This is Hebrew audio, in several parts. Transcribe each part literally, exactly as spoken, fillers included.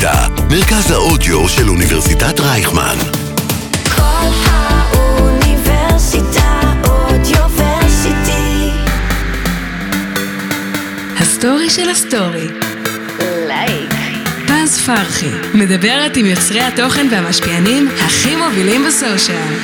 האוניברסיטה, מרכז האודיו של אוניברסיטת רייכמן. כל האוניברסיטה אודיוורסיטי. הסטורי של הסטורי. לייק. פז פרחי מדברת עם יוצרי התוכן והמשפיענים הכי מובילים בסושיאל.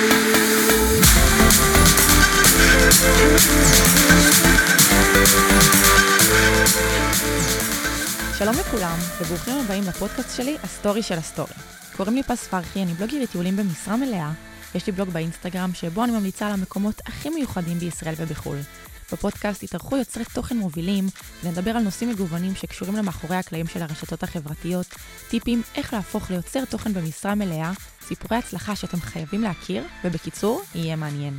שלום לכולם, וברוכים הבאים לפודקאסט שלי, הסטורי של הסטורי. קוראים לי פז פרחי, אני בלוגרית טיולים במשרה מלאה. יש לי בלוג באינסטגרם שבו אני ממליצה על המקומות הכי מיוחדים בישראל ובחול. בפודקאסט יתארחו יוצרי תוכן מובילים, ונדבר על נושאים מגוונים שקשורים למאחורי הקלעים של הרשתות החברתיות, טיפים איך להפוך ליוצר תוכן במשרה מלאה, סיפורי הצלחה שאתם חייבים להכיר, ובקיצור, יהיה מעניין.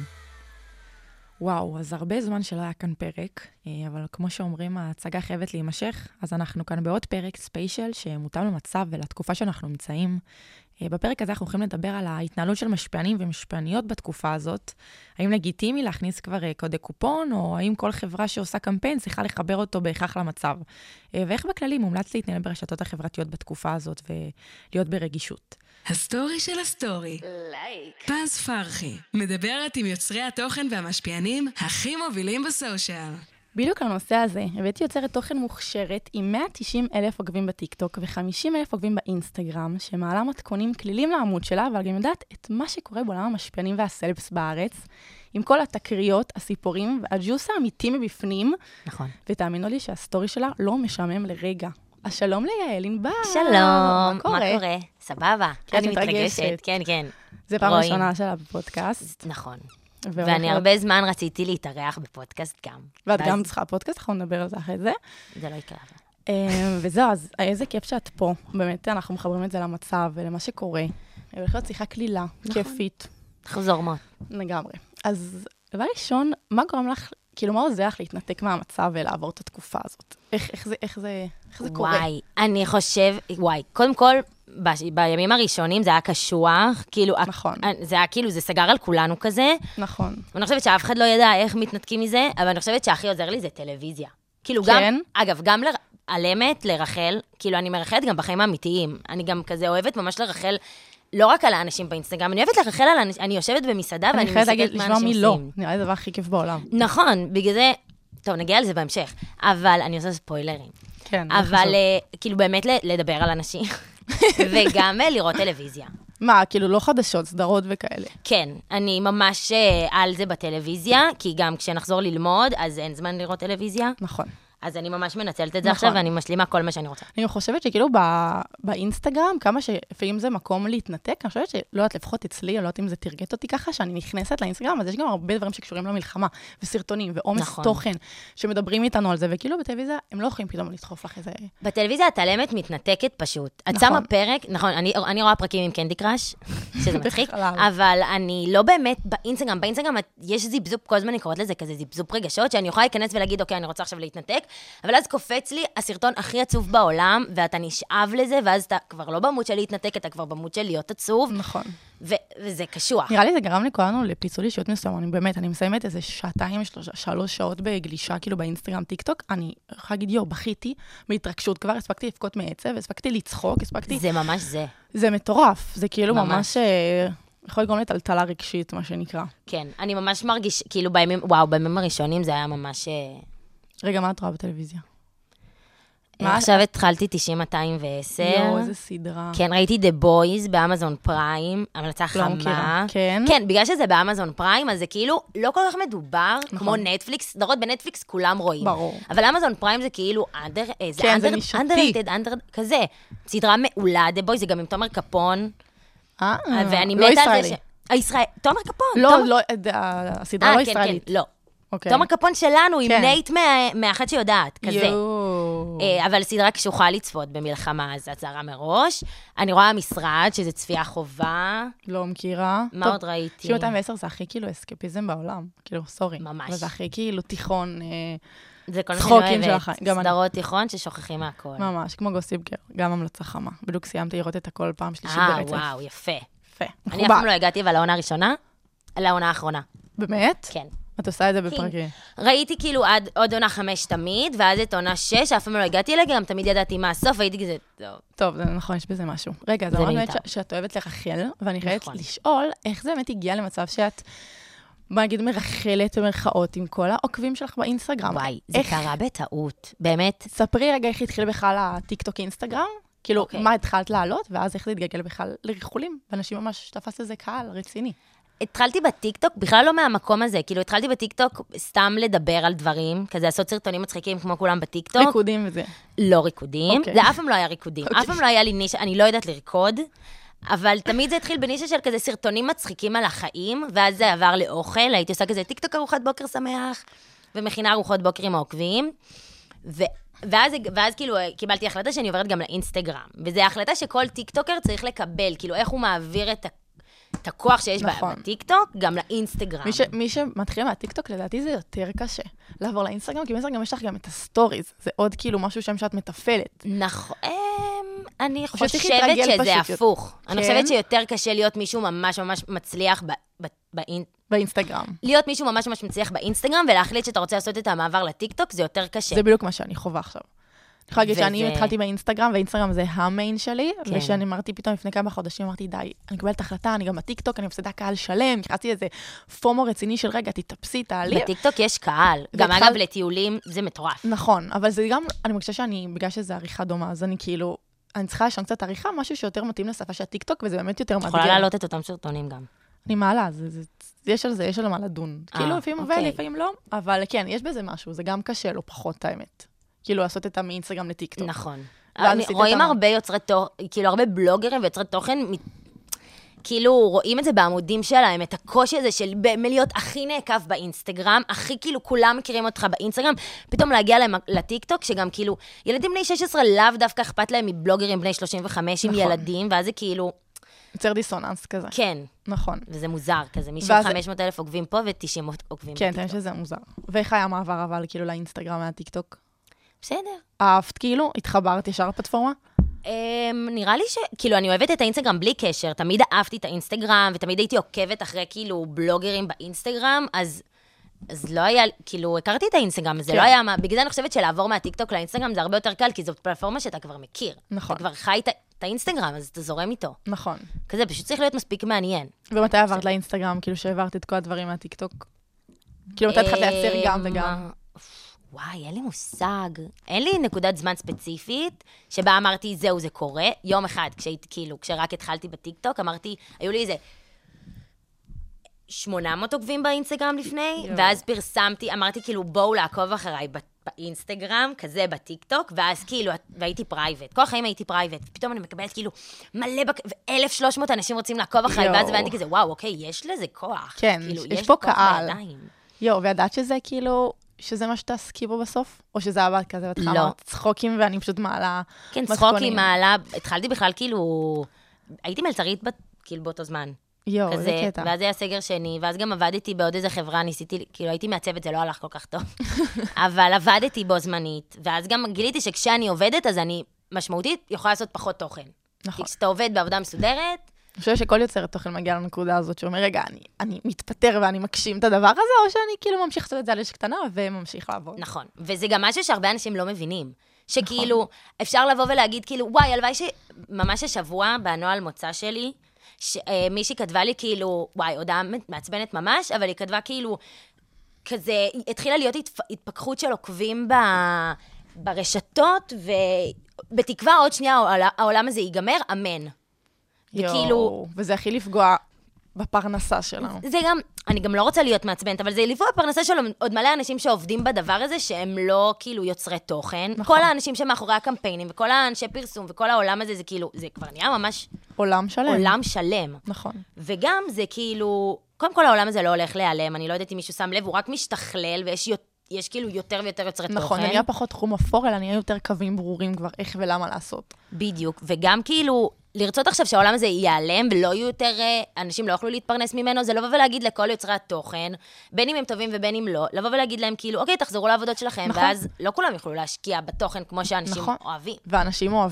וואו, אז הרבה זמן שלא היה כאן פרק, אבל כמו שאומרים, ההצגה חייבת להימשך, אז אנחנו כאן בעוד פרק ספיישל שמותאם למצב ולתקופה שאנחנו נמצאים. בפרק הזה אנחנו הולכים לדבר על ההתנהלות של משפיענים ומשפיעניות בתקופה הזאת. האם לגיטימי להכניס כבר קודי קופון, או האם כל חברה שעושה קמפיין צריכה לחבר אותו בהכרח למצב. ואיך בכללי מומלץ להתנהל ברשתות החברתיות בתקופה הזאת ולהיות ברגישות. הסטורי של הסטורי. לייק. פז פרחי מדברת עם יוצרי התוכן והמשפיענים הכי מובילים בסושיאל. בדיוק לנושא הזה, הבאתי יוצרת תוכן מוכשרת עם מאה ותשעים אלף עוקבים בטיקטוק ו-חמישים אלף עוקבים באינסטגרם, שמעלה מתכונים כלילים לעמוד שלה, אבל גם יודעת את מה שקורה בעולם המשפיענים והסלבס בארץ, עם כל התקריות, הסיפורים והג'וס האמיתי מבפנים. נכון. ותאמינו לי שהסטורי שלה לא משעמם לרגע. אז שלום ליעל ענבר. שלום, מה קורה? מה קורה? סבבה. כן, אני מתרגשת. כן, כן. זה פעם ראשונה שלה בפודקאסט. נכון. ואני הרבה זמן רציתי להתארח בפודקאסט גם. ואת גם צריכה פודקאסט, אנחנו נדבר על זה אחרי זה. זה לא יקרה. וזהו, אז איזה כיף שאת פה. באמת, אנחנו מחברים את זה למצב ולמה שקורה. ולכן שיחה כלילה, כיפית. אנחנו זורמות. לגמרי. אז דבר ראשון, מה גורם לך, כאילו מה עוזר לך להתנתק מהמצב ולעבור את התקופה הזאת? איך, איך זה, איך זה, איך זה קורה? וואי, אני חושב, וואי, קודם כל, בימים הראשונים זה היה קשוח, כאילו, נכון. זה היה כאילו, זה סגר על כולנו כזה. נכון. ואני חושבת שאף אחד לא ידע איך מתנתקים מזה, אבל אני חושבת שהכי עוזר לי זה טלוויזיה. כאילו גם, כן? אגב, גם על אמת, לרחל, כאילו אני מרחלת גם בחיים האמיתיים. אני גם כזה אוהבת ממש לרחל, לא רק על האנשים באינסטגרם, אני אוהבת לרחל על האנשים, אני יושבת במסעדה ואני מסתכלת מה אנשים עושים. לשמוע מי לא, נראה לי דבר הכי כיף בעולם. נכון, בגלל זה, טוב, נגיע על זה בהמשך, אבל אני עושה ספוילרים. כן, אבל כאילו באמת לדבר על אנשים, וגם לראות טלוויזיה. מה, כאילו לא חדשות, סדרות וכאלה? כן, אני ממש על זה בטלוויזיה, כי גם כשנחזור ללמוד, אז אין זמן לראות טלוויזיה. נכון. אז אני ממש מנצלת את זה עכשיו, ואני משלימה כל מה שאני רוצה. אני חושבת שכאילו באינסטגרם, כמה שלפעמים זה מקום להתנתק, אני חושבת שלא יודעת, לפחות אצלי, אני לא יודעת אם זה תרגט אותי ככה, שאני נכנסת לאינסטגרם, אז יש גם הרבה דברים שקשורים למלחמה, וסרטונים, ועומס תוכן, שמדברים איתנו על זה, וכאילו בטלוויזיה, הם לא יכולים פתאום לדחוף לך איזה... בטלוויזיה התעלמת מתנתקת פשוט. את שמה פרק, נכון, אני רואה פרקים עם קנדי קראש, שזה מצחיק, אבל אני לא באמת באינסטגרם, באינסטגרם יש זיבזופ, כל הזמן אני קוראת לזה כזה זיבזופ רגשות, שאני יכולה להיכנס ולהגיד, אוקיי, אני רוצה עכשיו להתנתק, אבל אז קופץ לי הסרטון הכי עצוב בעולם, ואתה נשאב לזה, ואז אתה כבר לא במות של להתנתק, אתה כבר במות של להיות עצוב. נכון. ו- וזה קשוח. נראה לי זה גרם לכולנו לפיצול אישיות מסוים, אני באמת, אני מסיימת איזה שעתיים, שלוש, שלוש שעות בגלישה, כאילו באינסטגרם, טיק טוק, אני יכולה להגיד, יו, בכיתי, בהתרגשות, כבר הספקתי לפקות מעצב, הספקתי לצחוק, הספקתי... זה ממש זה. זה מטורף, זה כאילו ממש... ממש יכול לגרום לטלטלה רגשית, מה שנקרא. כן, אני ממש מרגיש, כאילו בימים, וואו, בימים הראשונים זה היה ממש... רגע, מה את רואה בטלוויזיה? עכשיו התחלתי תשעים מאתיים ועשר. יואו, איזה סדרה. כן, ראיתי The Boys באמזון פריים, המלצה חמה. כן? כן, בגלל שזה באמזון פריים, אז זה כאילו לא כל כך מדובר, כמו נטפליקס, סדרות בנטפליקס כולם רואים. ברור. אבל אמזון פריים זה כאילו, כן, זה נישתי. כזה. סדרה מעולה, The Boys זה גם עם תומר קפון. אה, לא ישראלי. הישראל, תומר קפון. לא, לא, הסדרה לא ישראלית. לא. תומר קפון שלנו, עם נייט מאחד שיודעת, כזה. אבל סדרה קשוחה לצפות במלחמה, אז הצהרה מראש. אני רואה המשרד, שזה צפייה חובה. לא מכירה. מה עוד ראיתי? תשעים מאתיים ועשר זה הכי כאילו אסקפיזם בעולם. כאילו, סורי. ממש. וזה הכי כאילו תיכון, זה כל שאני אוהבת. סדרות תיכון ששוכחים מהכל. ממש, כמו גוסיפ גר. גם המלצה חמה. בדיוק סיימתי לראות את הכל פעם שלישית ברצף. וואו, יפה. יפה. אני אף פעם לא הגעתי, אבל לעונה הראשונה, לעונה האחרונה. באמת? כן. את עושה את זה בפרקים. ראיתי כאילו עד עוד עונה חמש תמיד, ואז את עונה שש, אף פעם לא הגעתי אליה, גם תמיד ידעתי מה הסוף, והייתי כזה, טוב. טוב, זה נכון, יש בזה משהו. רגע, זה באמת שאת אוהבת לרחל, ואני חייבת לשאול, איך זה באמת הגיע למצב שאת, בוא נגיד, מרחלת במרכאות עם כל העוקבים שלך באינסטגרם. וואי, זה קרה בטעות, באמת. ספרי רגע איך התחיל בכלל הטיקטוק אינסטגרם, כאילו, מה התחלת לעלות, ואז איך זה התגלגל בכלל לריחולים, ואנשים ממש תפס איזה קהל רציני. התחלתי בטיקטוק, בכלל לא מהמקום הזה, כאילו התחלתי בטיקטוק סתם לדבר על דברים, כזה לעשות סרטונים מצחיקים כמו כולם בטיקטוק. ריקודים וזה. לא ריקודים, זה אף פעם לא היה ריקודים, אף פעם לא היה לי נישה, אני לא יודעת לרקוד, אבל תמיד זה התחיל בנישה של כזה סרטונים מצחיקים על החיים, ואז זה עבר לאוכל, הייתי עושה כזה טיקטוק ארוחת בוקר שמח, ומכינה ארוחות בוקר עם העוקבים, ו... ואז, ואז כאילו קיבלתי החלטה שאני עוברת גם לאינסטגרם, וזו החלטה שכל טיקטוקר צריך לקבל, כאילו איך הוא מעביר את, ה, את הכוח שיש נכון. בטיקטוק, גם לאינסטגרם. מי, ש, מי שמתחיל מהטיקטוק, לדעתי זה יותר קשה לעבור לאינסטגרם, כי באינסטגרם יש לך גם את הסטוריז, זה עוד כאילו משהו שם שאת מתפעלת. נכון, אני חושבת שזה הפוך. כן? אני חושבת שיותר קשה להיות מישהו ממש ממש מצליח ב, ב, באינ... באינסטגרם. להיות מישהו ממש ממש מצליח באינסטגרם, ולהחליט שאתה רוצה לעשות את המעבר לטיקטוק, זה יותר קשה. זה בדיוק מה שאני חווה עכשיו. אני יכולה להגיד שאני התחלתי באינסטגרם, ואינסטגרם זה המיין שלי, ושאני אמרתי פתאום לפני כמה חודשים, אמרתי, די, אני קובלת החלטה, אני גם בטיקטוק, אני מפסדה קהל שלם, נכנסתי איזה פומו רציני של רגע, תתאפסי, תעלי. בטיקטוק יש קהל, גם אגב לטיולים, זה מטורף. נכון, אבל זה גם, אני מרגישה שאני, בגלל שזה עריכה דומה, אז אני כאילו, אני צריכה לשנות קצת עריכה, משהו שיותר מתאים לשפה של הטיקטוק, וזה באמת יותר מאתגר. יכולה להעלות את אותם סרטונים גם. אני מעלה, זה, זה, יש על זה, יש על מה לדון. כאילו, לפעמים עובד, לפעמים לא, אבל כן, יש בזה משהו, זה גם קשה, לא פחות האמת. כאילו, לעשות את המאינסטגרם לטיקטוק. נכון. רואים הרבה יוצרי תוכן, כאילו, הרבה בלוגרים ויוצרי תוכן, כאילו, רואים את זה בעמודים שלהם, את הקושי הזה של להיות הכי נעקב באינסטגרם, הכי כאילו, כולם מכירים אותך באינסטגרם, פתאום להגיע להם לטיקטוק, שגם כאילו, ילדים בני שש עשרה לאו דווקא אכפת להם מבלוגרים בני שלושים וחמש עם ילדים, ואז זה כאילו... יוצר דיסוננס כזה. כן. נכון. וזה מוזר כזה, מישהו חמש מאות אלף עוקבים פה ו-תשעים עוקבים כן, בטיקטוק. כן, שזה מוזר. ואיך היה המעבר אבל כאילו לאינסטגרם מהטיקטוק? בסדר. אהבת כאילו? התחברת ישר לפלטפורמה? נראה לי ש... כאילו, אני אוהבת את האינסטגרם בלי קשר, תמיד אהבתי את האינסטגרם, ותמיד הייתי עוקבת אחרי כאילו בלוגרים באינסטגרם, אז... אז לא היה, כאילו, הכרתי את האינסטגרם, זה לא היה מה... בגלל זה אני חושבת שלעבור מהטיקטוק לאינסטגרם זה הרבה יותר קל, כי זו פלטפורמה שאתה כבר מכיר. נכון. אתה כבר חי את האינסטגרם, אז אתה זורם איתו. נכון. כזה, פשוט צריך להיות מספיק מעניין. ומתי עברת לאינסטגרם, כאילו שהעברת את כל הדברים מהטיקטוק? כאילו, מתי התחלת לייצר גם וגם? וואי, אין לי מושג. אין לי נקודת זמן ספציפית, שבה אמרתי, זהו, זה קורה. יום אחד, כשהייתי, כאילו, כשרק התחלתי בטיקטוק, אמרתי, היו לי איזה שמונה מאות עוקבים באינסטגרם לפני, ואז פרסמתי, אמרתי, כאילו, בואו לעקוב אחריי באינסטגרם, כזה בטיקטוק, ואז כאילו, והייתי פרייבט. כל החיים הייתי פרייבט, ופתאום אני מקבלת כאילו מלא, ו-אלף ושלוש מאות אנשים רוצים לעקוב אחריי, ואז הבנתי כזה, וואו, אוקיי, יש לזה כוח. כן, יש פה קהל. יו, וידעת שזה כאילו... שזה מה שתעסקי בו בסוף? או שזה עבד כזה, ואת אמרת צחוקים ואני פשוט מעלה מתכונים? כן, צחוקים, מעלה, התחלתי בכלל כאילו, הייתי מלצרית כאילו באותו זמן. יו, זה קטע. ואז היה סגר שני, ואז גם עבדתי בעוד איזה חברה, ניסיתי, כאילו הייתי מעצבת, זה לא הלך כל כך טוב, אבל עבדתי בו זמנית, ואז גם גיליתי שכשאני עובדת, אז אני משמעותית יכולה לעשות פחות תוכן. נכון. כשאתה עובד בעבודה מסודרת, אני חושבת שכל יוצרת תוכן מגיע לנקודה הזאת, שאומר, רגע, אני, אני מתפטר ואני מקשים את הדבר הזה, או שאני כאילו ממשיך לעשות את זה על אש קטנה, וממשיך לעבוד. נכון. וזה גם משהו שהרבה אנשים לא מבינים. שכאילו, נכון. אפשר לבוא ולהגיד, כאילו, וואי, הלוואי שממש השבוע, בנועל מוצא שלי, ש, אה, מישהי כתבה לי, כאילו, וואי, הודעה מעצבנת ממש, אבל היא כתבה, כאילו, כזה, התחילה להיות התפ, התפקחות של עוקבים ב, ברשתות, ובתקווה עוד שנייה, העולם הזה ייגמר, אמן. וכאילו... וזה הכי לפגוע בפרנסה שלנו. זה גם, אני גם לא רוצה להיות מעצבנת, אבל זה לפגוע בפרנסה שלנו, עוד מלא אנשים שעובדים בדבר הזה, שהם לא כאילו יוצרי תוכן. נכון. כל האנשים שמאחורי הקמפיינים, וכל האנשי פרסום, וכל העולם הזה, זה כאילו, זה כבר נהיה ממש... עולם שלם. עולם שלם. נכון. וגם זה כאילו, קודם כל העולם הזה לא הולך להיעלם, אני לא יודעת אם מישהו שם לב, הוא רק משתכלל, ויש יותר... יש כאילו יותר ויותר יוצרי תוכן. נכון, נהיה פחות תחום אפור, אלא נהיה יותר קווים ברורים כבר איך ולמה לעשות. בדיוק, וגם כאילו, לרצות עכשיו שהעולם הזה ייעלם, ולא יהיו יותר, אנשים לא יוכלו להתפרנס ממנו, זה לבוא ולהגיד לכל יוצרי התוכן, בין אם הם טובים ובין אם לא, לבוא ולהגיד להם כאילו, אוקיי, תחזרו לעבודות שלכם, נכון. ואז לא כולם יוכלו להשקיע בתוכן כמו שאנשים נכון. אוהבים. ואנשים אוהבים,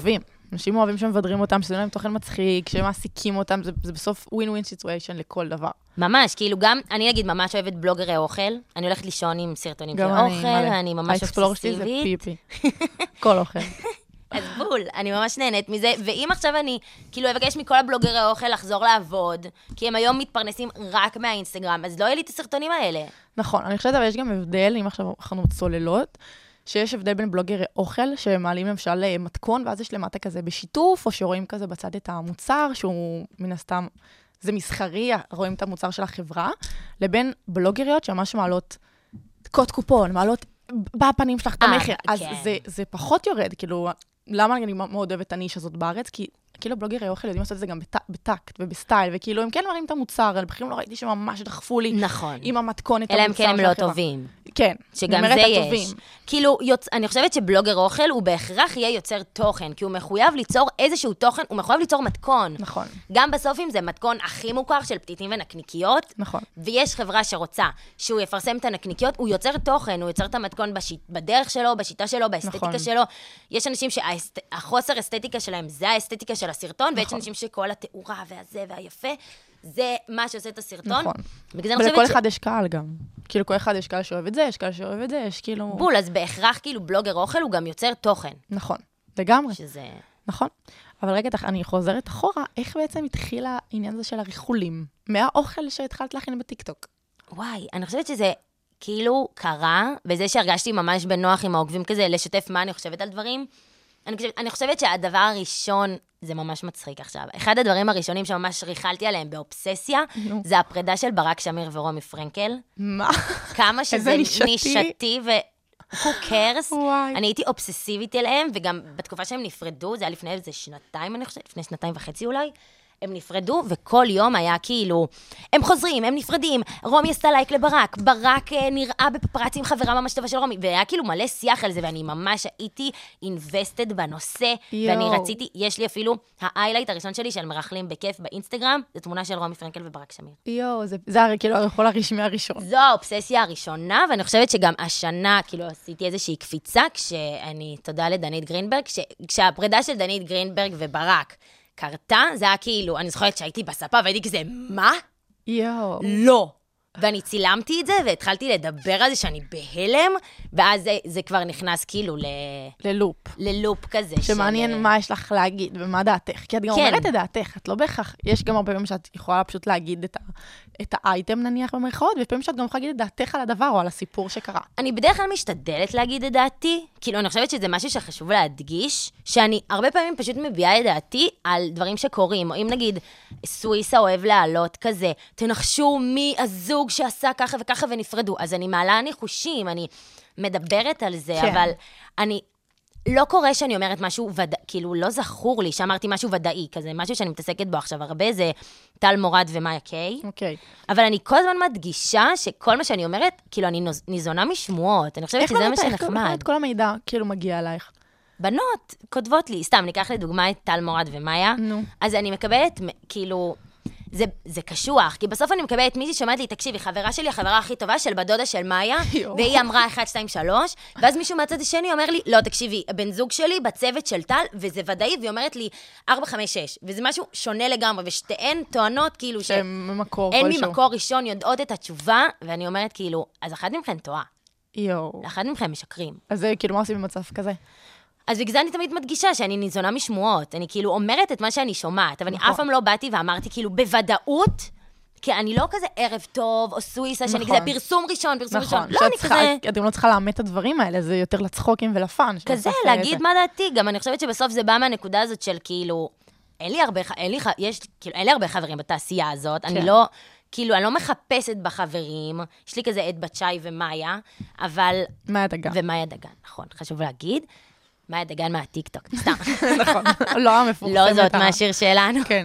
אנשים אוהבים שמבדרים אותם, שזה להם תוכן מצחיק, שמעסיקים אותם, זה, זה בסוף ווין-ווין סיטואשן לכל דבר. ממש, כאילו גם, אני נגיד ממש אוהבת בלוגרי אוכל, אני הולכת לישון עם סרטונים של אוכל, אני ממש אובססיבית. האקספלור שלי זה פיפי. כל אוכל. אז בול, אני ממש נהנית מזה, ואם עכשיו אני כאילו אבקש מכל הבלוגרי האוכל לחזור לעבוד, כי הם היום מתפרנסים רק מהאינסטגרם, אז לא יהיה לי את הסרטונים האלה. נכון, אני חושבת, אבל יש גם הבדל, אם עכשיו אנחנו צוללות, שיש הבדל בין בלוגרי אוכל, שמעלים למשל מתכון, ואז יש למטה כזה בשיתוף, או שרואים כזה בצד את המוצר, שהוא מן הסתם, זה מסחרי, רואים את המוצר של החברה, לבין בלוגריות שממש מעלות קוד קופון, מעלות בפנים שלך את המחיר, אז זה, זה פחות יורד, כאילו, למה אני מאוד אוהבת את הניש הזאת בארץ? כי כאילו בלוגרי אוכל יודעים לעשות את זה גם בטקט ובסטייל, וכאילו הם כן מראים את המוצר, אני בכלל לא ראיתי שממש דחפו לי נכון. עם המתכון את המוצר. אלא הם כן הם לא טובים. כן, שגם זה יש. כאילו, יוצ... אני חושבת שבלוגר אוכל הוא בהכרח יהיה יוצר תוכן, כי הוא מחויב ליצור איזשהו תוכן, הוא מחויב ליצור מתכון. נכון. גם בסוף אם זה מתכון הכי מוכר של פתיתים ונקניקיות, נכון. ויש חברה שרוצה שהוא יפרסם את הנקניקיות, הוא יוצר תוכן, הוא יוצר את המתכון בשיט... בדרך שלו, בשיטה שלו, באסתטיקה נכון. שלו. יש אנשים שהחוסר אסתטיקה שלהם זה האסתטיקה של הסרטון, נכון. ויש אנשים שכל התאורה והזה והיפה, זה מה שעושה את הסרטון. נכון. ולכל אחד יש קהל גם. כאילו, כל אחד יש קהל שאוהב את זה, יש קהל שאוהב את זה, יש כאילו... בול, אז בהכרח כאילו בלוגר אוכל הוא גם יוצר תוכן. נכון, לגמרי. שזה... נכון. אבל רגע, אני חוזרת אחורה, איך בעצם התחיל העניין הזה של הריחולים? מהאוכל שהתחלת להכין בטיקטוק? וואי, אני חושבת שזה כאילו קרה, בזה שהרגשתי ממש בנוח עם העוקבים כזה, לשתף מה אני חושבת על דברים. אני חושבת, אני חושבת שהדבר הראשון, זה ממש מצחיק עכשיו. אחד הדברים הראשונים שממש ריחלתי עליהם באובססיה, זה הפרידה של ברק שמיר ורומי פרנקל. מה? כמה שזה נישתי ו... who cares? אני הייתי אובססיבית אליהם, וגם בתקופה שהם נפרדו, זה היה לפני איזה שנתיים, אני חושבת, לפני שנתיים וחצי אולי, הם נפרדו, וכל יום היה כאילו, הם חוזרים, הם נפרדים, רומי עשתה לייק לברק, ברק נראה בפפרצי עם חברה ממש טובה של רומי, והיה כאילו מלא שיח על זה, ואני ממש הייתי invested בנושא, יו. ואני רציתי, יש לי אפילו, האיילייט הראשון שלי של מרחלים בכיף באינסטגרם, זה תמונה של רומי פרנקל וברק שמיר. יואו, זה, זה הרי כאילו הרחול הרשמי הראשון. זו האובססיה הראשונה, ואני חושבת שגם השנה, כאילו עשיתי איזושהי קפיצה, כשאני, תודה לדנית גרינברג, כש, כשהפרידה של דנית גרינברג וברק קרתה, זה היה כאילו, אני זוכרת שהייתי בספה, והייתי כזה, מה? יואו. לא. ואני צילמתי את זה, והתחלתי לדבר על זה שאני בהלם, ואז זה, זה כבר נכנס כאילו ל... ללופ. ללופ כזה. שמעניין של... מה יש לך להגיד, ומה דעתך. כי את גם כן. אומרת את דעתך, את לא בהכרח, יש גם הרבה פעמים שאת יכולה פשוט להגיד את, ה... את האייטם נניח במרכאות, ופעמים שאת גם יכולה להגיד את דעתך על הדבר, או על הסיפור שקרה. אני בדרך כלל משתדלת להגיד את דעתי, כאילו אני חושבת שזה משהו שחשוב להדגיש, שאני הרבה פעמים פשוט מביאה את דעתי על דברים שקורים, או אם נגיד סוויסה אוהב לעלות כזה, תנחשו מי הזוג שעשה ככה וככה ונפרדו, אז אני מעלה ניחושים, אני מדברת על זה, כן. אבל אני לא קורה שאני אומרת משהו ודאי, כאילו לא זכור לי שאמרתי משהו ודאי, כזה משהו שאני מתעסקת בו עכשיו הרבה, זה טל מורד ומאיה קיי. אוקיי. אבל אני כל הזמן מדגישה שכל מה שאני אומרת, כאילו אני ניזונה משמועות, אני חושבת שזה מה שנחמד. איך את כל המידע כאילו מגיע אלייך? בנות כותבות לי, סתם, ניקח לדוגמה את טל מורד ומאיה, נו. אז אני מקבלת, כאילו... זה, זה קשוח, כי בסוף אני מקבלת מישהי שאומרת לי, תקשיבי, חברה שלי, החברה הכי טובה של בדודה של מאיה, והיא אמרה אחת, שתיים, שלוש, ואז מישהו מהצד השני אומר לי, לא, תקשיבי, הבן זוג שלי בצוות של טל, וזה ודאי, והיא אומרת לי, ארבע, חמש, שש, וזה משהו שונה לגמרי, ושתיהן טוענות, כאילו, שאין ממקור ראשון, יודעות את התשובה, ואני אומרת, כאילו, אז אחד מכם טועה. יואו. אחד מכם משקרים. אז זה, כאילו, מה עושים במצב כזה? אז בגלל זה אני תמיד מדגישה שאני ניזונה משמועות, אני כאילו אומרת את מה שאני שומעת, אבל אני אף פעם לא באתי ואמרתי כאילו בוודאות, כי אני לא כזה ערב טוב, או סוויסה, שאני כזה פרסום ראשון, פרסום ראשון, לא אני כזה... אתם לא צריכה לאמת את הדברים האלה, זה יותר לצחוקים ולפן. כזה, להגיד מה דעתי, גם אני חושבת שבסוף זה בא מהנקודה הזאת של כאילו, אין לי הרבה, אין לי, יש, כאילו, אין לי הרבה חברים בתעשייה הזאת, אני לא... כאילו, אני לא מחפשת בחברים, יש לי כזה את בצ'אי ומאיה, אבל... מאיה דגן. ומאיה דגן, נכון, חשוב להגיד. מאיה דגן מהטיקטוק, סתם. נכון, לא המפורסמת. לא זאת מהשיר שלנו. כן.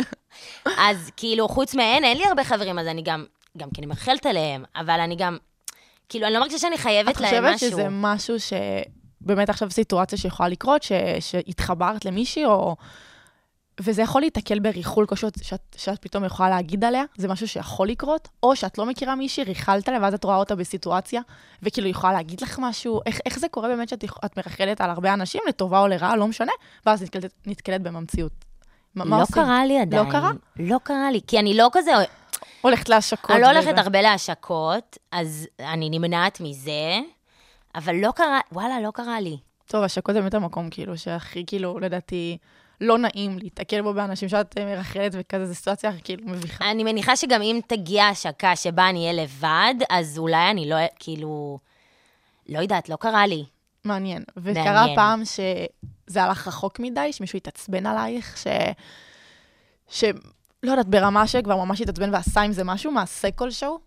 אז כאילו, חוץ מהן, אין לי הרבה חברים, אז אני גם, גם כי אני מרחלת עליהם, אבל אני גם, כאילו, אני לא מרגישה שאני חייבת להם משהו. את חושבת שזה משהו שבאמת עכשיו סיטואציה שיכולה לקרות, שהתחברת למישהי, או... וזה יכול להתקל בריחול כזאת שאת, שאת פתאום יכולה להגיד עליה, זה משהו שיכול לקרות, או שאת לא מכירה מישהי, ריחלת עליה, ואז את רואה אותה בסיטואציה, וכאילו יכולה להגיד לך משהו, איך, איך זה קורה באמת שאת את מרחלת על הרבה אנשים, לטובה או לרעה, לא משנה, ואז נתקלת, נתקלת בממציאות. מה, לא מה עושים? קרה לי עדיין. לא קרה? לא קרה לי, כי אני לא כזה... הולכת להשקות. אני לא הולכת הרבה להשקות, אז אני נמנעת מזה, אבל לא קרה, וואלה, לא קרה לי. טוב, השקות זה באמת המקום, כאילו, שהכי, כאילו, לדעתי, לא נעים להתעכל בו באנשים שאת מרחלת וכזה, זו סיטואציה כאילו מביכה. אני מניחה שגם אם תגיע השקה שבה אני אהיה לבד, אז אולי אני לא, כאילו, לא יודעת, לא קרה לי. מעניין. וקרה פעם שזה הלך רחוק מדי, שמישהו התעצבן עלייך, ש... ש... לא יודעת, ברמה שכבר ממש התעצבן ועשה עם זה משהו, מעשה כלשהו?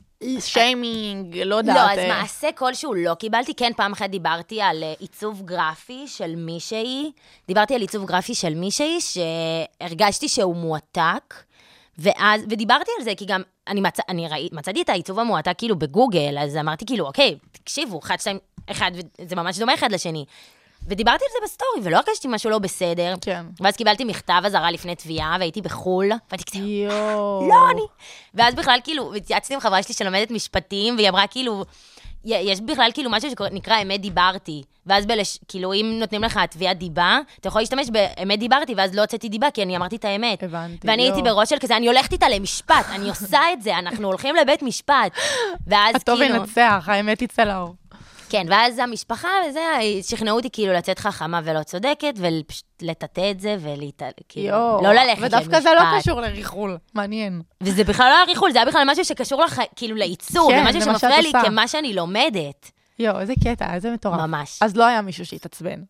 שיימינג, לא יודעת. לא, אז מעשה כלשהו לא קיבלתי. כן, פעם אחת דיברתי על עיצוב גרפי של מישהי. דיברתי על עיצוב גרפי של מישהי, שהרגשתי שהוא מועתק, ואז, ודיברתי על זה, כי גם אני, מצ... אני ראי... מצאתי את העיצוב המועתק כאילו בגוגל, אז אמרתי כאילו, אוקיי, תקשיבו, אחד, שתיים, אחד, וזה ממש דומה אחד לשני. ודיברתי על זה בסטורי, ולא הרגשתי משהו לא בסדר. כן. ואז קיבלתי מכתב הזרה לפני תביעה, והייתי בחול, ואני כזה, יואו. לא, אני... ואז בכלל, כאילו, התייעצתי עם חברה שלי שלומדת משפטים, והיא אמרה, כאילו, יש בכלל, כאילו, משהו שנקרא אמת דיברתי. ואז, בלש... כאילו, אם נותנים לך תביעת דיבה, אתה יכול להשתמש באמת דיברתי, ואז לא הוצאתי דיבה, כי אני אמרתי את האמת. הבנתי, ואני יואו. הייתי בראש של כזה, אני הולכת איתה למשפט, אני עושה את זה, אנחנו הולכים לבית משפט. ואז, הטוב כאילו... ינצח, האמת יצא לאור. כן, ואז המשפחה וזה, שכנעו אותי כאילו לצאת חכמה ולא צודקת, ופשוט לטאטא את זה, וכאילו, לא ללכת למשפט. ודווקא זה לא קשור לריחול, מעניין. וזה בכלל לא הריחול, זה היה בכלל משהו שקשור לך, כאילו לעיצור, כן, ומשהו זה מה שמפריע שאת לי עושה. כמה שאני לומדת. יואו, איזה קטע, איזה מטורף. ממש. אז לא היה מישהו שהתעצבן.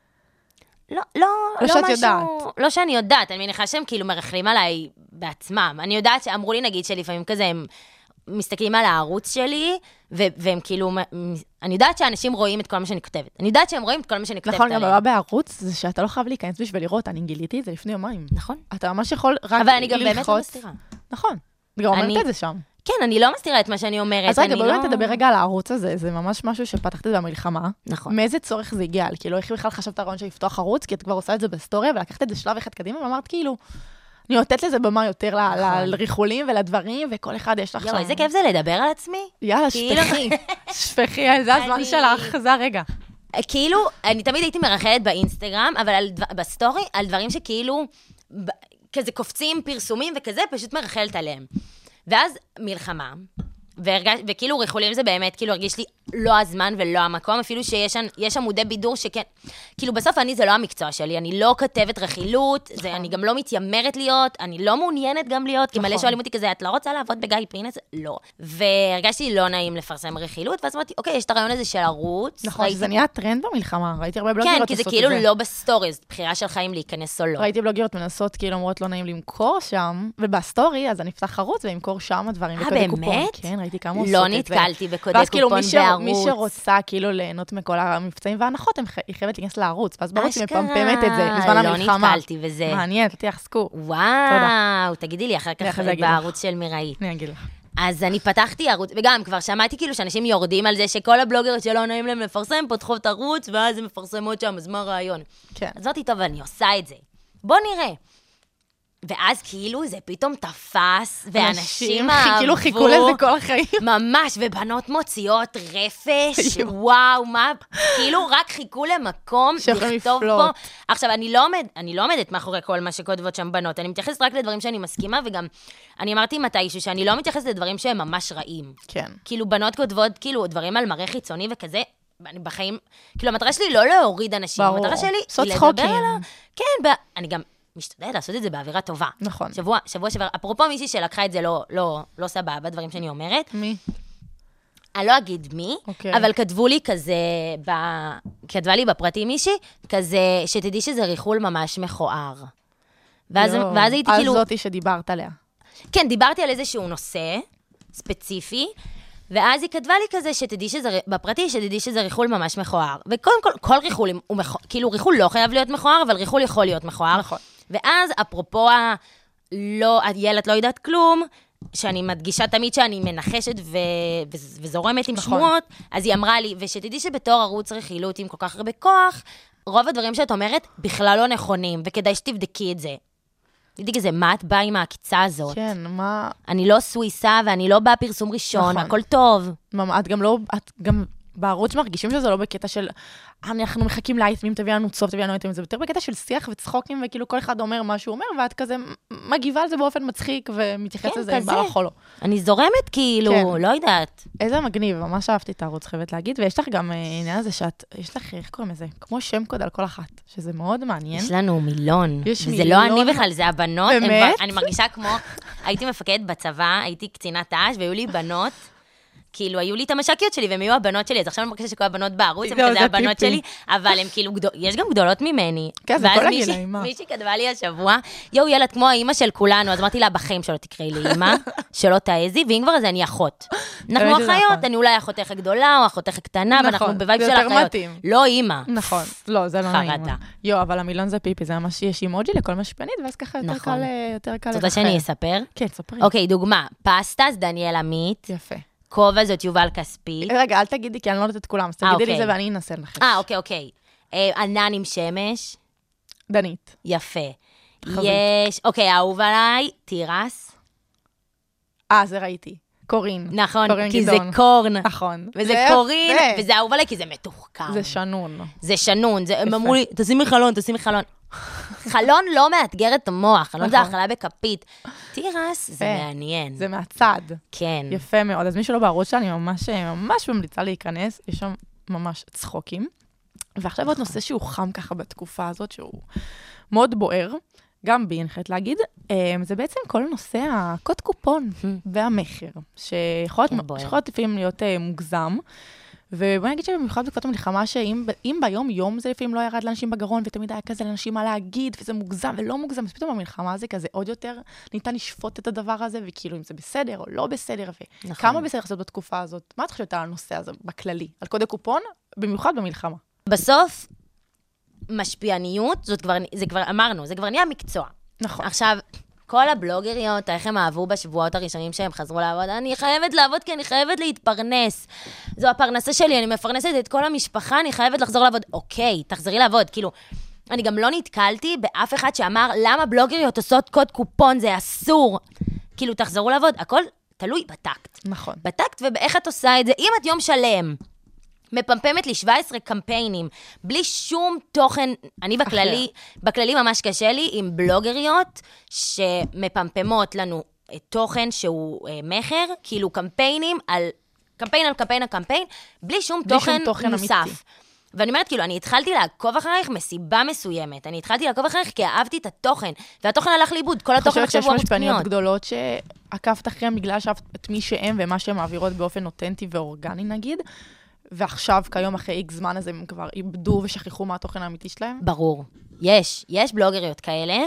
לא, לא, לא שאת משהו, יודעת. לא שאני יודעת, אני מניחה שהם כאילו מרחלים עליי בעצמם. אני יודעת שאמרו לי, נגיד, שלפעמים כזה הם מסתכלים על הערוץ שלי, ו- והם כאילו, אני יודעת שאנשים רואים את כל מה שאני כותבת. אני יודעת שהם רואים את כל מה שאני כותבת נכון, עליהם. גם הבא בערוץ, זה שאתה לא חייב להיכנס בשביל לראות, אני גיליתי את זה לפני יומיים. נכון. אתה ממש יכול רק ללחוץ. אבל אני גם באמת לא מסתירה. נכון. גם אומרת אני- את זה שם. כן, אני לא מסתירה את מה שאני אומרת. אז רגע, אני בואו לא... תדבר רגע על הערוץ הזה, זה ממש משהו שפתחת את זה במלחמה. נכון. מאיזה צורך זה הגיע? כאילו, איך בכלל חשבת הרעיון של לפתוח ערוץ, כי את כבר עושה את זה בסטוריה, ולקחת את זה שלב אחד קדימה, ואמרת כאילו, אני נותנת לזה במה יותר ל- נכון. לריחולים ולדברים, וכל אחד יש לך שם. יואו, איזה כיף זה לדבר על עצמי. יאללה, כאילו- שפכי. שפכי, זה הזמן אני- שלך, זה הרגע. כאילו, אני תמיד הייתי מרחלת באינסטגרם, אבל על דבר, בסטורי, על דברים שכאילו, ב, כזה קופצים פרסומים וכזה, פשוט מרחלת עליהם. ואז מלחמה, והרגש, וכאילו ריחולים זה באמת, כאילו הרגיש לי לא הזמן ולא המקום, אפילו שיש יש עמודי בידור שכן, כאילו בסוף אני זה לא המקצוע שלי, אני לא כתבת רכילות, זה, אני גם לא מתיימרת להיות, אני לא מעוניינת גם להיות, כי מלא שואלים אותי כזה, את לא רוצה לעבוד בגיא פינס? לא. והרגשתי לא נעים לפרסם רכילות, ואז אמרתי, אוקיי, יש את הרעיון הזה של ערוץ. נכון, ראיתי... שזה נהיה טרנד במלחמה, ראיתי הרבה כן, בלוגיות כי זה עושות את כאילו זה. לא בסטורי, זו בחירה שלך אם להיכנס או לא. ראיתי בלוגיות מנסות, כאילו אומרות לא נעים למכור שם, ובסטורי, אז אני אפתח ערוץ ואמכור שם הדברים. אה, וקודי באמת? קופון. כן, ראיתי כמה עושות לא את זה. נתקלתי בקודי ואז כאילו קופון מי ש- בערוץ. מי שרוצה כאילו ליהנות מכל המבצעים וההנחות, הם ח- היא חייבת להיכנס לערוץ, ואז בערוץ היא אשכרה, מפמפמת את זה, בזמן לא המלחמה. נתקלתי בזה. מעניין, תתיח סקור. וואו, תגידי לי אחר כך אחרי זה אגיד לך. בערוץ של מיראי. אני אגיד לך. אז אני פתחתי ערוץ, וגם כבר שמעתי כאילו שאנשים יורדים על זה שכל הבלוגרות שלא נעים להם לפרסם, פותחות ערוץ, ואז הן מפרסמות שם, אז מה הרעיון? כן. אז אמרתי, טוב, אני עושה את זה. בוא נראה. ואז כאילו זה פתאום תפס, ואנשים אהבו. כאילו חיכו לזה כל החיים. ממש, ובנות מוציאות רפש, יואו. וואו, מה, כאילו רק חיכו למקום שיכולים לכתוב לפלוט. פה. עכשיו, אני לא, עומד, אני לא עומדת מאחורי כל מה שכותבות שם בנות, אני מתייחסת רק לדברים שאני מסכימה, וגם אני אמרתי מתישהו שאני לא מתייחסת לדברים שהם ממש רעים. כן. כאילו, בנות כותבות, כאילו, דברים על מראה חיצוני וכזה, אני בחיים, כאילו, המטרה שלי לא להוריד אנשים, ברור. המטרה שלי לעשות היא צחוקים. לדבר על ה... כן, ב... אני גם משתדלת לעשות את זה באווירה טובה. נכון. שבוע, שבוע שעבר, אפרופו מישהי שלקחה את זה לא, לא, לא סבבה, דברים שאני אומרת, מי? אני לא אגיד מי, אוקיי. אבל כתבו לי כזה, ב... כתבה לי בפרטים מישהי, כזה, שתדעי שזה ריחול ממש מכוער. ואז, יואו. ואז הייתי אז כאילו... זאתי שדיברת עליה. כן, דיברתי על איזשהו נושא ספציפי, ואז היא כתבה לי כזה, שתדעי שזה, בפרטי, שתדעי שזה ריחול ממש מכוער. וקודם כל, כל ריחול הוא מכוער, כאילו ריחול לא חייב להיות מכוער, אבל ריחול יכול להיות מכוער. נכון. ואז, אפרופו ה... לא, הילד לא יודעת כלום, שאני מדגישה תמיד שאני מנחשת ו... ו... וזורמת עם נכון. שמועות, אז היא אמרה לי, ושתדעי שבתור ערוץ רכילות עם כל כך הרבה כוח, רוב הדברים שאת אומרת בכלל לא נכונים, וכדאי שתבדקי את זה. הייתי כזה, מה את באה עם העקיצה הזאת? כן, מה... אני לא סוויסה, ואני לא באה פרסום ראשון, נכון. הכל טוב. את גם לא, את גם בערוץ מרגישים שזה לא בקטע של, אנחנו מחכים לאייטמים, תביא לנו צוף, תביא לנו אייטמים, זה יותר בקטע של שיח וצחוקים, וכאילו כל אחד אומר מה שהוא אומר, ואת כזה מגיבה על זה באופן מצחיק, ומתייחס כן, לזה עם בא לחולו. אני זורמת כאילו, כן. לא יודעת. איזה מגניב, ממש אהבתי את הערוץ, חייבת להגיד, ויש לך גם עניין הזה שאת, יש לך, איך קוראים לזה? כמו שם קוד על כל אחת, שזה מאוד מעניין. יש לנו מילון. יש וזה מילון. לא אני בכלל, זה הבנות. באמת? הם, אני מרגישה כמו, הייתי מפקדת בצבא, הייתי קצינת ת"ש, והיו לי בנות, כאילו, היו לי את המש"קיות שלי, והם היו הבנות שלי, אז עכשיו אני מרגישה שכל הבנות בערוץ, הם כזה הבנות שלי, אבל הם כאילו, יש גם גדולות ממני. כן, זה כל הגילאים, מה? מישהי כתבה לי השבוע, יואו, ילד, כמו האמא של כולנו, אז אמרתי לה, בחיים שלא תקראי לי אמא, שלא תעזי, ואם כבר אז אני אחות. אנחנו אחיות, אני אולי אחותך הגדולה, או אחותך הקטנה, ואנחנו בווייב של אחיות. לא אמא. נכון, לא, זה לא נעים. יואו, אבל המילון זה פיפי, זה ממש, יש אימוג'י לכל משפיענית, ואז ככה יותר קל, יותר קל. רוצה שאני אספר? כן, ספרי. אוקיי, דוגמה, פסטה זה דניאל עמית. יפה. כובע זאת יובל כספי. רגע, אל תגידי, כי אני לא יודעת את כולם, אז תגידי לי זה ואני אנסה לנחש. אה, אוקיי, אוקיי. ענן עם שמש. דנית. יפה. יש, אוקיי, אהוב עליי, תירס. אה, זה ראיתי. קורין. נכון, כי זה קורן. נכון. וזה קורין, וזה אהוב עליי, כי זה מתוחכם. זה שנון. זה שנון. הם אמרו לי, תשימי חלון, תשימי חלון. חלון לא מאתגר את המוח, חלון זה האכלה בכפית. תירס, זה מעניין. זה מהצד. כן. יפה מאוד. אז מי שלא בערוץ שלה, אני ממש, ממש ממליצה להיכנס. יש שם ממש צחוקים. ועכשיו עוד נושא שהוא חם ככה בתקופה הזאת, שהוא מאוד בוער, גם בי, אני חייבת להגיד, זה בעצם כל נושא הקוד קופון והמחיר, שיכול להיות לפעמים להיות מוגזם, ובואי נגיד שבמיוחד בתקופת המלחמה, שאם ביום יום זה לפעמים לא ירד לאנשים בגרון, ותמיד היה כזה לאנשים מה להגיד, וזה מוגזם ולא מוגזם, אז פתאום המלחמה זה כזה עוד יותר ניתן לשפוט את הדבר הזה, וכאילו אם זה בסדר או לא בסדר, וכמה בסדר לעשות בתקופה הזאת. מה את חושבת על הנושא הזה בכללי? על קוד הקופון, במיוחד במלחמה. בסוף, משפיעניות, זאת כבר, זה כבר אמרנו, זה כבר נהיה מקצוע. נכון. עכשיו, כל הבלוגריות, איך הם אהבו בשבועות הראשונים שהם חזרו לעבוד, אני חייבת לעבוד כי אני חייבת להתפרנס. זו הפרנסה שלי, אני מפרנסת את כל המשפחה, אני חייבת לחזור לעבוד. אוקיי, תחזרי לעבוד. כאילו, אני גם לא נתקלתי באף אחד שאמר, למה בלוגריות עושות קוד קופון, זה אסור. כאילו, תחזרו לעבוד. הכל תלוי בטקט. נכון. בטקט ובאיך את עושה את זה. אם את יום שלם מפמפמת לי שבע עשרה קמפיינים, בלי שום תוכן, אני בכללי, בכללי ממש קשה לי, עם בלוגריות שמפמפמות לנו תוכן שהוא מחר, כאילו קמפיינים על, קמפיין על קמפיין על קמפיין, בלי שום תוכן נוסף. ואני אומרת, כאילו, אני התחלתי לעקוב אחרייך מסיבה מסוימת. אני התחלתי לעקוב אחרייך כי אהבתי את התוכן, והתוכן הלך לאיבוד, כל התוכן עכשיו הוא ערוץ פניות. משפיעניות גדולות שעקבת אחריהם בגלל שאהבת את מי שהם ומה שהם מעבירות באופן אותנטי ואורגני, נגיד, ועכשיו, כיום אחרי איקס זמן הזה, הם כבר איבדו ושכחו מה התוכן האמיתי שלהם? ברור. יש. יש בלוגריות כאלה.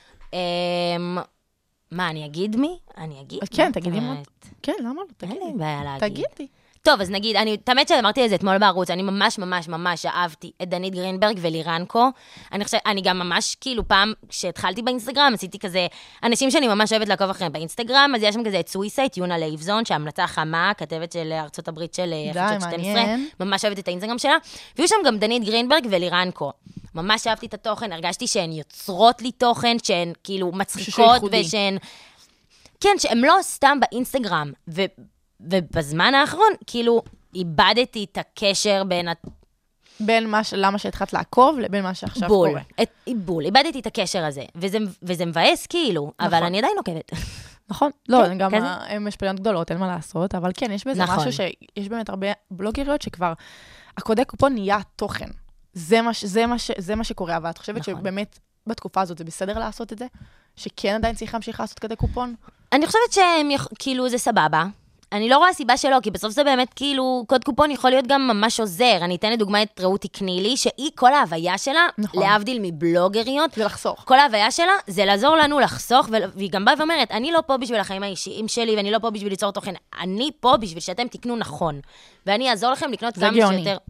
מה, אני אגיד מי? אני אגיד? כן, תגידי מה. כן, למה לא? תגידי. אין לי בעיה להגיד. תגידי. טוב, אז נגיד, אני, תמיד שאמרתי את זה אתמול בערוץ, אני ממש ממש ממש אהבתי את דנית גרינברג ולירנקו. אני חושבת, אני גם ממש, כאילו, פעם, כשהתחלתי באינסטגרם, עשיתי כזה, אנשים שאני ממש אוהבת לעקוב אחריהם באינסטגרם, אז יש שם כזה את סוויסייט, יונה לייבזון, שהמלצה חמה, כתבת של ארצות הברית של חדשות שתים עשרה, ממש אוהבת את האינסטגרם שלה, והיו שם גם דנית גרינברג ולירנקו. ממש אהבתי את התוכן, הרגשתי שהן יוצרות לי תוכן, שהן כאילו מצחיקות ושהן... כן, שהן לא סתם באינסטגרם, ו... ובזמן האחרון, כאילו, איבדתי את הקשר בין... בין מה, למה שהתחלת לעקוב, לבין מה שעכשיו בול, קורה. את, בול, איבדתי את הקשר הזה, וזה, וזה מבאס כאילו, נכון. אבל אני עדיין עוקבת. נכון, לא, כן, גם כזה? הן משפיעות גדולות, אין מה לעשות, אבל כן, יש בזה נכון. משהו שיש באמת הרבה בלוגריות שכבר, הקודי קופון נהיה תוכן. זה מה, זה מה, זה מה שקורה, אבל את חושבת נכון. שבאמת בתקופה הזאת זה בסדר לעשות את זה? שכן עדיין צריך להמשיך לעשות קודי קופון? אני חושבת שכאילו זה סבבה. אני לא רואה סיבה שלא, כי בסוף זה באמת כאילו, קוד קופון יכול להיות גם ממש עוזר. אני אתן לדוגמה את רעות תקנילי, שהיא כל ההוויה שלה, נכון. להבדיל מבלוגריות, ולחסוך. כל ההוויה שלה זה לעזור לנו לחסוך, והיא גם באה ואומרת, אני לא פה בשביל החיים האישיים שלי, ואני לא פה בשביל ליצור תוכן, אני פה בשביל שאתם תקנו נכון. ואני אעזור לכם לקנות כמה שיותר...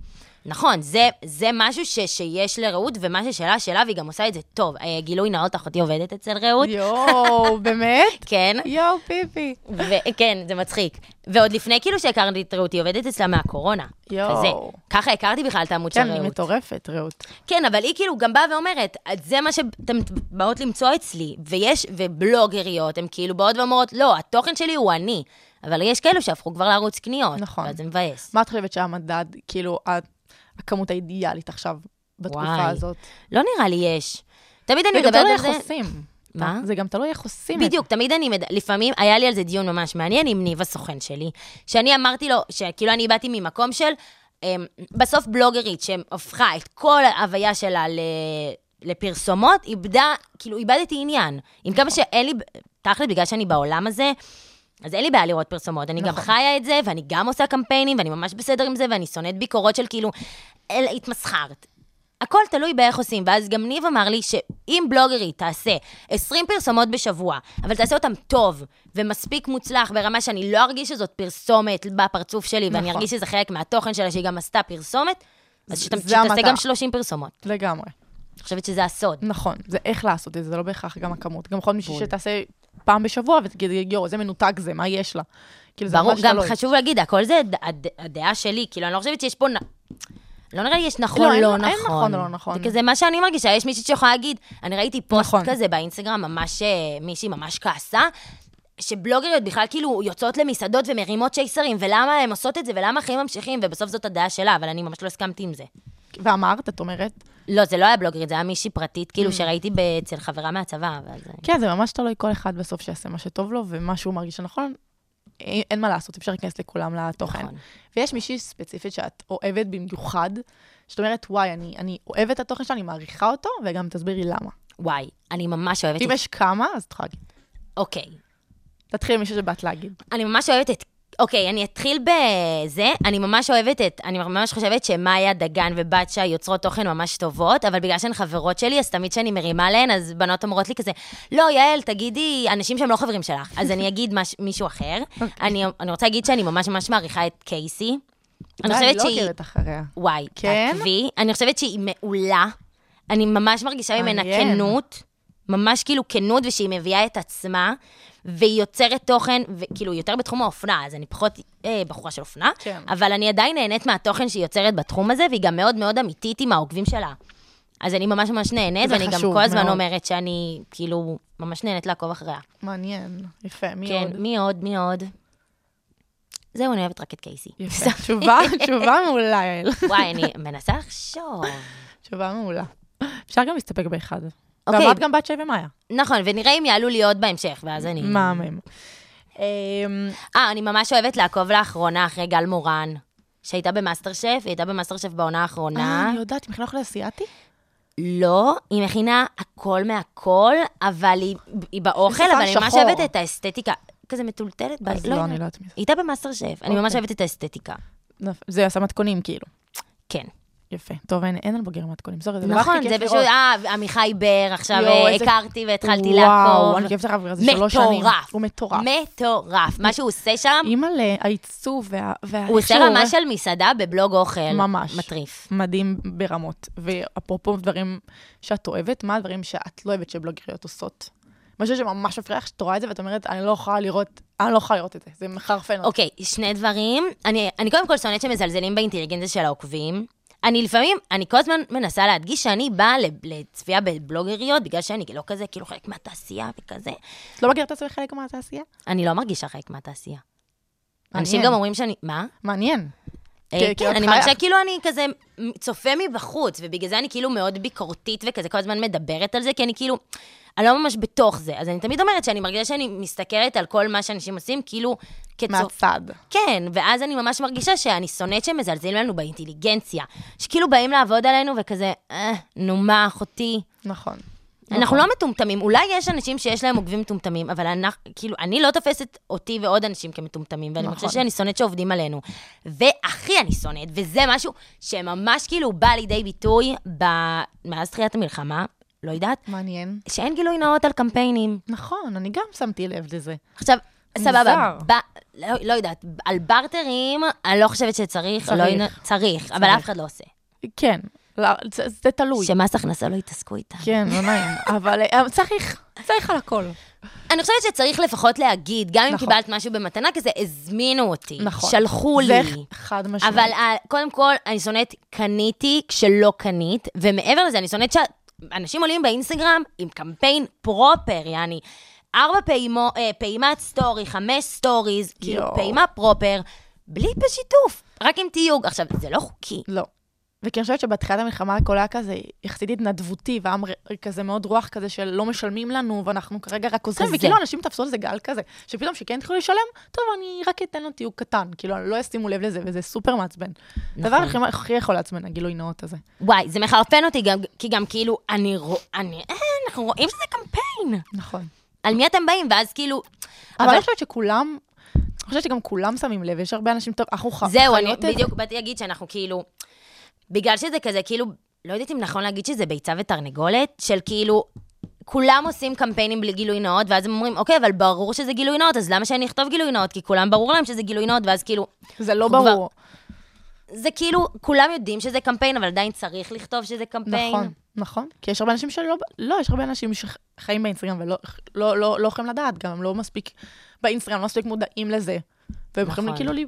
נכון, זה, זה משהו ש, שיש לרעות, ומה ששאלה שאלה, והיא גם עושה את זה טוב. גילוי נאות, אחותי עובדת אצל רעות. יואו, באמת? כן. יואו, פיפי. כן, זה מצחיק. ועוד לפני כאילו שהכרתי את רעות, היא עובדת אצלה מהקורונה. יואו. ככה הכרתי בכלל את העמוד של רעות. כן, היא מטורפת, רעות. כן, אבל היא כאילו גם באה ואומרת, זה מה שאתם באות למצוא אצלי, ויש, ובלוגריות, הן כאילו באות ואומרות, לא, התוכן שלי הוא אני. אבל יש כאלו שהפכו כבר לערוץ קניות. נכון. ואז זה מבאס. מה את חושבת שהמדד, כאילו, הכמות האידיאלית עכשיו, בתקופה וואי. הזאת? לא נראה לי יש. תמיד אני זה גם מדברת תלוי על זה... איך עושים. מה? זה גם תלוי איך עושים את זה. בדיוק, תמיד אני, מד... לפעמים היה לי על זה דיון ממש מעניין עם ניב הסוכן שלי, שאני אמרתי לו, שכאילו אני באתי ממקום של, אמ, בסוף בלוגרית שהפכה את כל ההוויה שלה ל... לפרסומות, איבדה, כאילו איבדתי עניין. עם כמה שאין לי, תכל'ס בגלל שאני בעולם הזה, אז אין לי בעיה לראות פרסומות, אני גם חיה את זה, ואני גם עושה קמפיינים, ואני ממש בסדר עם זה, ואני שונאת ביקורות של כאילו, אל, התמסחרת. הכל תלוי באיך עושים, ואז גם ניב אמר לי שאם בלוגרית תעשה עשרים פרסומות בשבוע, אבל תעשה אותם טוב, ומספיק מוצלח, ברמה שאני לא ארגיש שזאת פרסומת בפרצוף שלי, ואני ארגיש שזה חלק מהתוכן שלה, שהיא גם עשתה פרסומת, אז שתעשה גם שלושים פרסומות. לגמרי. אני חושבת שזה הסוד. נכון, זה איך לעשות את זה, זה לא בהכרח גם הכמות. גם יכול מישהו שתעשה פעם בשבוע, ותגיד, יו, זה מנותק זה, מה יש לה? ברור, גם חשוב להגיד, הכל זה הדעה שלי, כאילו, אני לא חושבת שיש פה... לא נראה לי יש נכון, לא, לא נכון. אין נכון או לא נכון. זה כזה מה שאני מרגישה, יש מישהי שיכולה להגיד, אני ראיתי פוסט כזה באינסטגרם, ממש, מישהי ממש כעסה, שבלוגריות בכלל כאילו יוצאות למסעדות ומרימות שייסרים, ולמה הן עושות את זה, ולמה החיים ממשיכים, ובסוף זאת הדעה שלה, אבל אני ממש לא הסכמתי עם זה. ואמרת, את אומרת? לא, זה לא היה בלוגרית, זה היה מישהי פרטית, כאילו שראיתי אצל חברה מהצבא. כן, זה ממש תלוי כל אחד בסוף שיעשה מה שטוב לו, ומה שהוא מרגיש נכון. אין מה לעשות, אפשר להיכנס לכולם לתוכן. נכון. ויש מישהי ספציפית שאת אוהבת במיוחד, שאת אומרת, וואי, אני, אני אוהבת את התוכן שלה, אני מעריכה אותו, וגם תסבירי למה. וואי, אני ממש אוהבת... אם יש כמה, אז תוכל להגיד. אוקיי. תתחיל מישהו שבאת להגיד. אני ממש אוהבת את... אוקיי, אני אתחיל בזה, אני ממש אוהבת את... אני ממש חושבת שמאיה דגן ובאצ'ה יוצרות תוכן ממש טובות, אבל בגלל שהן חברות שלי, אז תמיד שאני מרימה להן, אז בנות אומרות לי כזה, לא, יעל, תגידי, אנשים שהם לא חברים שלך. אז אני אגיד מש, מישהו אחר. אני, אני רוצה להגיד שאני ממש ממש מעריכה את קייסי. אני חושבת שהיא... אני לא עוקבת אחריה. וואי, תעקבי. אני חושבת שהיא מעולה. אני ממש מרגישה ממנה כנות. ממש כאילו כנות, ושהיא מביאה את עצמה. והיא יוצרת תוכן, וכאילו יותר בתחום האופנה, אז אני פחות אה, בחורה של אופנה, כן. אבל אני עדיין נהנית מהתוכן שהיא יוצרת בתחום הזה, והיא גם מאוד מאוד אמיתית עם העוקבים שלה. אז אני ממש ממש נהנית, ואני גם כל הזמן אומרת שאני כאילו ממש נהנית לעקוב אחריה. מעניין, יפה, מי כן, עוד? כן, מי עוד, מי עוד? זהו, אני אוהבת רק את קייסי. יפה, תשובה, תשובה מעולה, יעל. וואי, אני מנסה לחשוב. תשובה מעולה. אפשר גם להסתפק באחד. אוקיי. ואמרת גם בת שבע מאיה. נכון, ונראה אם יעלו לי עוד בהמשך, ואז אני... מהמם. אה, אני ממש אוהבת לעקוב לאחרונה אחרי גל מורן, שהייתה במאסטר שף, היא הייתה במאסטר שף בעונה האחרונה. אה, אני יודעת, היא מכינה אוכל אסיאתי? לא, היא מכינה הכל מהכל, אבל היא, היא באוכל, אבל אני ממש אוהבת את האסתטיקה. כזה מטולטלת. אז לא, אני לא יודעת מי זה. היא הייתה במאסטר שף, אני ממש אוהבת את האסתטיקה. זה עשה מתכונים כאילו. כן. יפה. טוב, אין, אין על בוגר מתכונים. סורי, זה נכון, זה פשוט, אה, עמיחי בר, עכשיו הכרתי והתחלתי לעקוב. וואו, אני חייבת לך, זה שלוש שנים. מטורף. הוא מטורף. מטורף. מה שהוא עושה שם... אימא'לה, העיצוב וה... הוא עושה רמה של מסעדה בבלוג אוכל. ממש. מטריף. מדהים ברמות. ואפרופו דברים שאת אוהבת, מה הדברים שאת לא אוהבת שבלוגריות עושות? משהו שממש מפריע לך, שאת רואה את זה, ואת אומרת, אני לא יכולה לראות, אני לא יכולה לראות את זה. זה מחרפן אותי. אוקיי, שני דברים. אני, אני קודם כל שונאת שמזלזלים באינטליגנציה של העוקבים. אני לפעמים, אני כל הזמן מנסה להדגיש שאני באה לצפייה בבלוגריות, בגלל שאני לא כזה, כאילו חלק מהתעשייה וכזה. את לא מכירה את עצמך חלק מהתעשייה? אני לא מרגישה חלק מהתעשייה. אנשים גם אומרים שאני, מה? מעניין. כן, אני מרגישה כאילו אני כזה צופה מבחוץ, ובגלל זה אני כאילו מאוד ביקורתית וכזה כל הזמן מדברת על זה, כי אני כאילו, אני לא ממש בתוך זה. אז אני תמיד אומרת שאני מרגישה שאני מסתכלת על כל מה שאנשים עושים, כאילו מהצד. כן, ואז אני ממש מרגישה שאני שונאת שמזלזלים לנו באינטליגנציה, שכאילו באים לעבוד עלינו וכזה, אה, נו מה, אחותי. נכון. אנחנו לא מטומטמים, אולי יש אנשים שיש להם עוקבים מטומטמים, אבל כאילו, אני לא תופסת אותי ועוד אנשים כמטומטמים, ואני חושבת שאני שונאת שעובדים עלינו. והכי אני שונאת, וזה משהו שממש כאילו בא לידי ביטוי מאז תחילת המלחמה, לא יודעת. מעניין. שאין גילוי נאות על קמפיינים. נכון, אני גם שמתי לב לזה. עכשיו, סבבה, לא יודעת, על ברטרים, אני לא חושבת שצריך, צריך, אבל אף אחד לא עושה. כן, לא, זה, זה תלוי. שמס הכנסה לא יתעסקו איתה. כן, לא נעים, אבל אה, צריך, צריך על הכל. אני חושבת שצריך לפחות להגיד, גם אם נכון. קיבלת משהו במתנה כזה, הזמינו אותי, נכון. שלחו זה לי. חד משמעית. אבל אה, קודם כל, אני שונאת קניתי כשלא קנית, ומעבר לזה, אני שונאת שאנשים עולים באינסטגרם עם קמפיין פרופר, יעני, ארבע פעימו, אה, פעימת סטורי, חמש סטוריז, כאילו יו. פעימה פרופר, בלי בשיתוף, רק עם תיוג. עכשיו, זה לא חוקי. לא. וכי אני חושבת שבתחילת המלחמה הכל היה כזה יחסית התנדבותי, והיה כזה מאוד רוח כזה של לא משלמים לנו, ואנחנו כרגע רק עוזרים, כזה. וכאילו אנשים תפסו לזה גל כזה, שפתאום שכן התחילו לשלם, טוב, אני רק אתן לו תיוג קטן, כאילו, לא ישימו לב לזה, וזה סופר מעצבן. דבר הכי הכי יכול לעצבן, הגילוי נאות הזה. וואי, זה מחרפן אותי, גם, כי גם כאילו, אני רואה, אני, אה, אנחנו רואים שזה קמפיין. נכון. על מי אתם באים? ואז כאילו... אבל אני חושבת שכולם, אני חושבת שגם כולם שמים לב, יש הרבה אנשים טוב, אנחנו חיות את זה. זהו, אני בדיוק באתי להגיד שאנחנו כאילו, בגלל שזה כזה, כאילו, לא יודעת אם נכון להגיד שזה ביצה ותרנגולת, של כאילו, כולם עושים קמפיינים בלי גילוי נאות, ואז הם אומרים, אוקיי, אבל ברור שזה גילוי נאות, אז למה שאני אכתוב גילוי נאות? כי כולם ברור להם שזה גילוי נאות, ואז כאילו... זה לא כבר- ברור. זה כאילו, כולם יודעים שזה קמפיין, אבל עדיין צריך לכתוב שזה קמפיין. נכון, נכון. כי יש הרבה אנשים שלא, לא, יש הרבה אנשים שחיים באינסטגרם ולא לא, לא, לא יכולים לדעת, גם הם לא מספיק באינסטגרם, לא מספיק מודעים לזה. והם יכולים נכון. כאילו לי...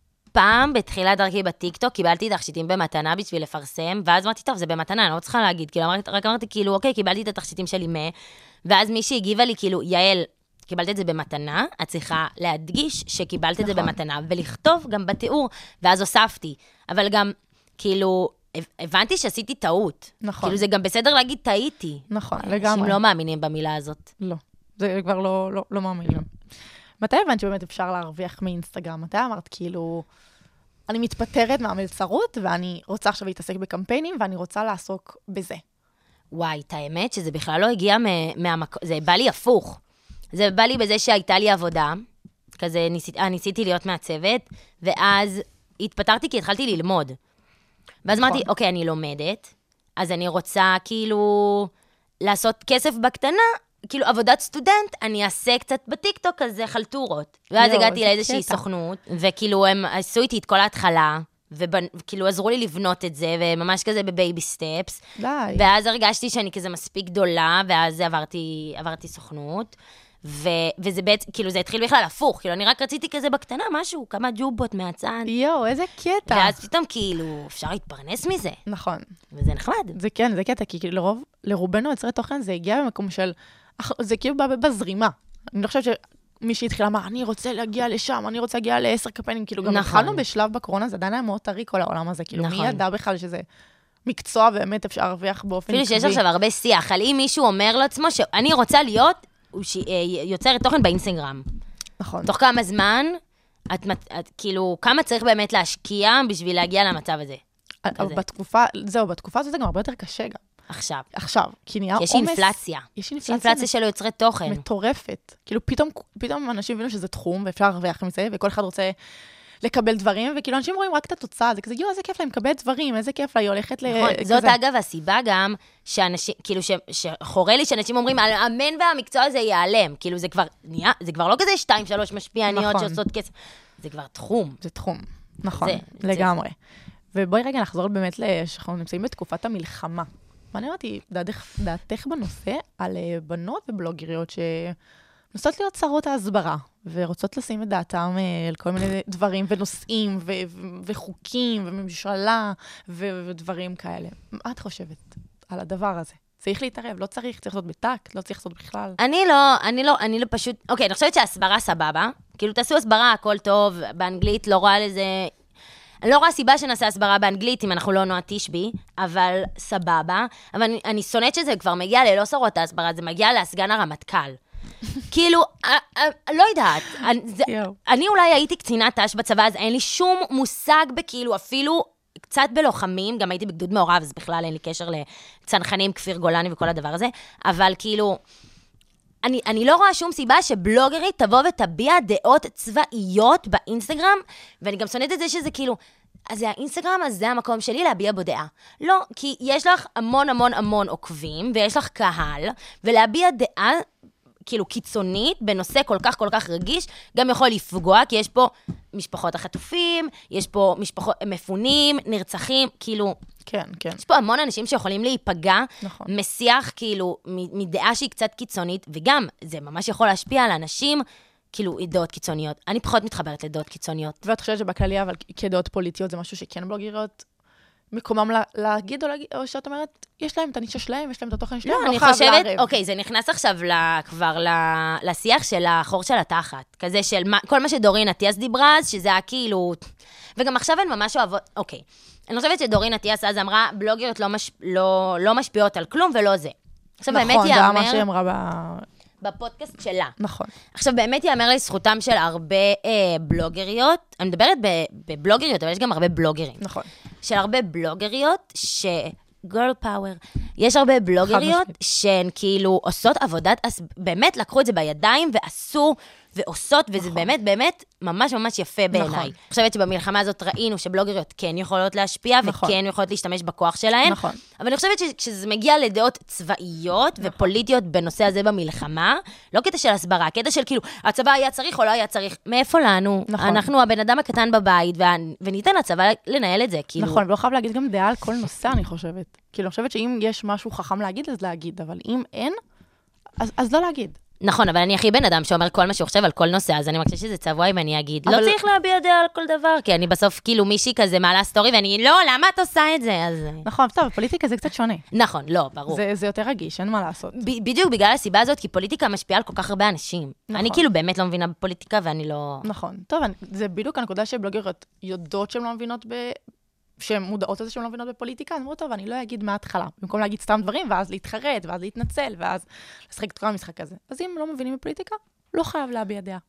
פעם, בתחילת דרכי בטיקטוק, קיבלתי תכשיטים במתנה בשביל לפרסם, ואז אמרתי, טוב, זה במתנה, אני לא צריכה להגיד. כאילו, אמרתי, רק אמרתי, כאילו, אוקיי, קיבלתי את התכשיטים שלי מה, ואז מישהי הגיבה לי, כאילו, יעל, קיבלת את זה במתנה, את צריכה להדגיש שקיבלת את זה נכון. במתנה, ולכתוב גם בתיאור, ואז הוספתי. אבל גם, כאילו, הבנתי שעשיתי טעות. נכון. כאילו, זה גם בסדר להגיד, טעיתי. נכון, אנשים לגמרי. לא מאמינים במילה הזאת. לא, זה כבר לא, לא, לא מאמינים. מתי הבנת שבאמת אפשר להרוויח מאינסטגרם? מתי אמרת, כאילו, אני מתפטרת מהמלצרות, ואני רוצה עכשיו להתעסק בקמפיינים, ואני רוצה לעסוק בזה. וואי, את האמת שזה בכלל לא הגיע מהמקום, זה בא לי הפוך. זה בא לי בזה שהייתה לי עבודה, כזה ניסית, אה, ניסיתי להיות מעצבת, ואז התפטרתי כי התחלתי ללמוד. ואז נכון. אמרתי, אוקיי, אני לומדת, אז אני רוצה כאילו לעשות כסף בקטנה, כאילו עבודת סטודנט, אני אעשה קצת בטיקטוק כזה חלטורות. ואז יו, הגעתי איזה לאיזושהי קטע. סוכנות, וכאילו הם עשו איתי את כל ההתחלה, וכאילו עזרו לי לבנות את זה, וממש כזה בבייבי סטפס. די. ואז הרגשתי שאני כזה מספיק גדולה, ואז עברתי, עברתי סוכנות, ו, וזה בעצם, כאילו זה התחיל בכלל הפוך, כאילו אני רק רציתי כזה בקטנה משהו, כמה ג'ובות מהצד, יואו, איזה קטע. ואז פתאום כאילו אפשר להתפרנס מזה, נכון. וזה נחמד. זה כן, זה קטע, כי כאילו לרוב, לרובנו יוצרי תוכן זה הגיע במקום של, אח- זה כאילו בא בזרימה. אני לא חושבת שמי שהתחילה אמר, אני רוצה להגיע לשם, אני רוצה להגיע לעשר קמפיינים, כאילו גם נכון. התחלנו בשלב בקורונה, זה עדיין היה מאוד טרי כל העולם הזה, כאילו נכון. מי ידע בכלל שזה מקצוע באמת אפשר להרוויח באופן אפילו שיש עכשיו הרבה שיח, על אם מישהו אומר לעצמו שאני רוצה להיות ש... יוצרת תוכן באינסטגרם. נכון. תוך כמה זמן, את, את, כאילו, כמה צריך באמת להשקיע בשביל להגיע למצב הזה? אבל כזה. בתקופה, זהו, בתקופה הזאת זה גם הרבה יותר קשה גם. עכשיו. עכשיו, כי נהיה יש עומס... אינפלציה. יש יש אינפלציה אינפלציה של יוצרי תוכן. מטורפת. כאילו פתאום, פתאום אנשים הבינו שזה תחום, ואפשר להרוויח מזה, וכל אחד רוצה לקבל דברים, וכאילו אנשים רואים רק את התוצאה, זה כזה, יו, איזה כיף לה, היא מקבלת דברים, איזה כיף לה, היא הולכת ל... נכון, זאת כזה. אגב הסיבה גם, שאנשים, כאילו, ש, שחורה לי שאנשים אומרים, אמן והמקצוע הזה ייעלם. כאילו, זה כבר נהיה, זה כבר לא כזה שתיים, שלוש משפיעניות נכון. שעושות כסף. זה כבר תחום. זה תחום, נכון, זה- זה- לגמרי. ובואי רגע נחזור באמת שאנחנו נמצאים בתקופת המלחמה. מעניין אותי, דעתך, דעתך בנושא על אה, בנות ובלוגריות שנוסעות להיות שרות ההסברה, ורוצות לשים את דעתם אה, על כל מיני דברים ונושאים ו- ו- וחוקים וממשלה ו- ודברים כאלה. מה את חושבת על הדבר הזה? צריך להתערב, לא צריך, צריך לעשות בטקט, לא צריך לעשות בכלל. אני לא, אני לא, אני לא פשוט, אוקיי, אני חושבת שההסברה סבבה. כאילו, תעשו הסברה, הכל טוב, באנגלית לא רואה לזה... אני לא רואה סיבה שנעשה הסברה באנגלית, אם אנחנו לא נועה תשבי, אבל סבבה. אבל אני, אני שונאת שזה כבר מגיע ללא שרות ההסברה, זה מגיע לסגן הרמטכ"ל. כאילו, אה, אה, לא יודעת. אני, זה, יואו. אני אולי הייתי קצינת ת"ש בצבא, אז אין לי שום מושג בכאילו, אפילו קצת בלוחמים, גם הייתי בגדוד מעורב, אז בכלל אין לי קשר לצנחנים, כפיר גולני וכל הדבר הזה, אבל כאילו... אני, אני לא רואה שום סיבה שבלוגרית תבוא ותביע דעות צבאיות באינסטגרם, ואני גם שונאת את זה שזה כאילו, אז זה האינסטגרם, אז זה המקום שלי להביע בו דעה. לא, כי יש לך המון המון המון עוקבים, ויש לך קהל, ולהביע דעה, כאילו קיצונית, בנושא כל כך כל כך רגיש, גם יכול לפגוע, כי יש פה משפחות החטופים, יש פה משפחות מפונים, נרצחים, כאילו... כן, כן. יש פה המון אנשים שיכולים להיפגע, נכון. משיח, כאילו, מדעה שהיא קצת קיצונית, וגם זה ממש יכול להשפיע על אנשים, כאילו, דעות קיצוניות. אני פחות מתחברת לדעות קיצוניות. ואת חושבת שבכללי, אבל כדעות פוליטיות, זה משהו שכן בלוגריות מקומם לה, להגיד, או, להגיד, או שאת אומרת, יש להם את הנישה שלהם, יש להם את התוכן שלהם, לא, לא אני חייב חושבת, לערב. אוקיי, זה נכנס עכשיו ל, כבר ל, לשיח של החור של התחת, כזה של מה, כל מה שדורין אטיאס דיברה, אז שזה היה כאילו, וגם עכשיו הן ממש אוהבות, אוקיי, אני חושבת שדורין אטיאס אז אמרה, בלוגריות לא, מש, לא, לא משפיעות על כלום ולא זה. עכשיו נכון, באמת זה יאמר, מה שהיא אמרה ב... בפודקאסט שלה. נכון. עכשיו באמת יאמר לזכותם של הרבה אה, בלוגריות, אני מדברת בבלוגריות, אבל יש גם הרבה בלוגרים. נכון. של הרבה בלוגריות ש... girl power. יש הרבה בלוגריות שהן כאילו עושות עבודת, באמת לקחו את זה בידיים ועשו ועושות, וזה נכון. באמת באמת ממש ממש יפה בעיניי. נכון. אני חושבת שבמלחמה הזאת ראינו שבלוגריות כן יכולות להשפיע, נכון. וכן יכולות להשתמש בכוח שלהן. נכון. אבל אני חושבת שכשזה מגיע לדעות צבאיות נכון. ופוליטיות בנושא הזה במלחמה, לא קטע של הסברה, קטע של כאילו, הצבא היה צריך או לא היה צריך, מאיפה לנו? נכון. אנחנו הבן אדם הקטן בבית, וניתן לצבא לנהל את זה, כאילו. נכון, ולא חייב להגיד גם דעה על כל נושא, אני חושבת. כאילו, אני חושבת שאם יש משהו חכם להגיד, אז להגיד, אבל אם אין, אז, אז לא להגיד. נכון, אבל אני הכי בן אדם שאומר כל מה שהוא חושב על כל נושא, אז אני מקשה שזה צבוע אם אני אגיד, אבל... לא צריך להביע דעה על כל דבר, כי אני בסוף כאילו מישהי כזה מעלה סטורי, ואני, לא, למה את עושה את זה? אז... נכון, טוב, פוליטיקה זה קצת שונה. נכון, לא, ברור. זה, זה יותר רגיש, אין מה לעשות. ב- בדיוק בגלל הסיבה הזאת, כי פוליטיקה משפיעה על כל כך הרבה אנשים. נכון. אני כאילו באמת לא מבינה בפוליטיקה, ואני לא... נכון, טוב, אני, זה בדיוק הנקודה שבלוגריות יודעות שהן לא מבינות ב... שהן מודעות לזה שהן לא מבינות בפוליטיקה, אני אומרת, טוב, אני לא אגיד מההתחלה, במקום להגיד סתם דברים, ואז להתחרט, ואז להתנצל, ואז לשחק את כל המשחק הזה. אז אם לא מבינים בפוליטיקה, לא חייב להביע דעה.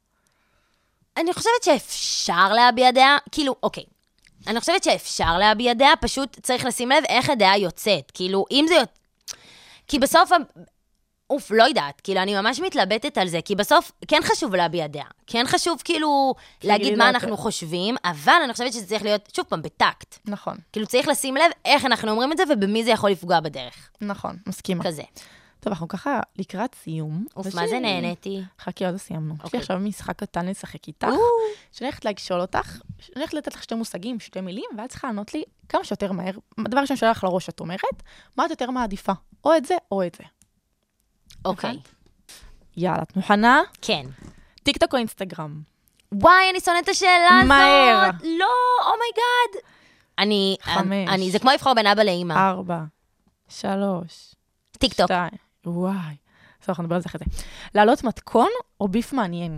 אני חושבת שאפשר להביע דעה, כאילו, אוקיי, אני חושבת שאפשר להביע דעה, פשוט צריך לשים לב איך הדעה יוצאת, כאילו, אם זה יוצא, כי בסוף, אוף, לא יודעת, כאילו, אני ממש מתלבטת על זה, כי בסוף כן חשוב להביע דעה, כן חשוב כאילו להגיד מה אנחנו חושבים, אבל אני חושבת שזה צריך להיות, שוב פעם, בטקט. נכון. כאילו צריך לשים לב איך אנחנו אומרים את זה, ובמי זה יכול לפגוע בדרך. נכון, מסכימה. כזה. טוב, אנחנו ככה לקראת סיום. אוף, מה זה נהניתי? חכי, עוד לא סיימנו. יש לי עכשיו משחק קטן לשחק איתך, שאני הולכת לשאול אותך, שאני הולכת לתת לך שתי מושגים, שתי מילים, ואת צריכה לענות לי כמה שיותר מהר. דבר ראשון שואל לך לראש, את אומרת, מה את יותר מעדיפה? או את זה, או את זה. אוקיי. יאללה, את מוכנה? כן. טיקטוק או אינסטגרם? וואי, אני שונאת את השאלה הזאת. מהר. לא, אומייגאד. אני, חמש. אני, זה כמו לבחור בין אבא לאמא. ארבע. שלוש. טיקטוק. שתיים. וואי. בסדר, אנחנו נדבר על זה אחרי זה. לעלות מתכון או ביף מעניין?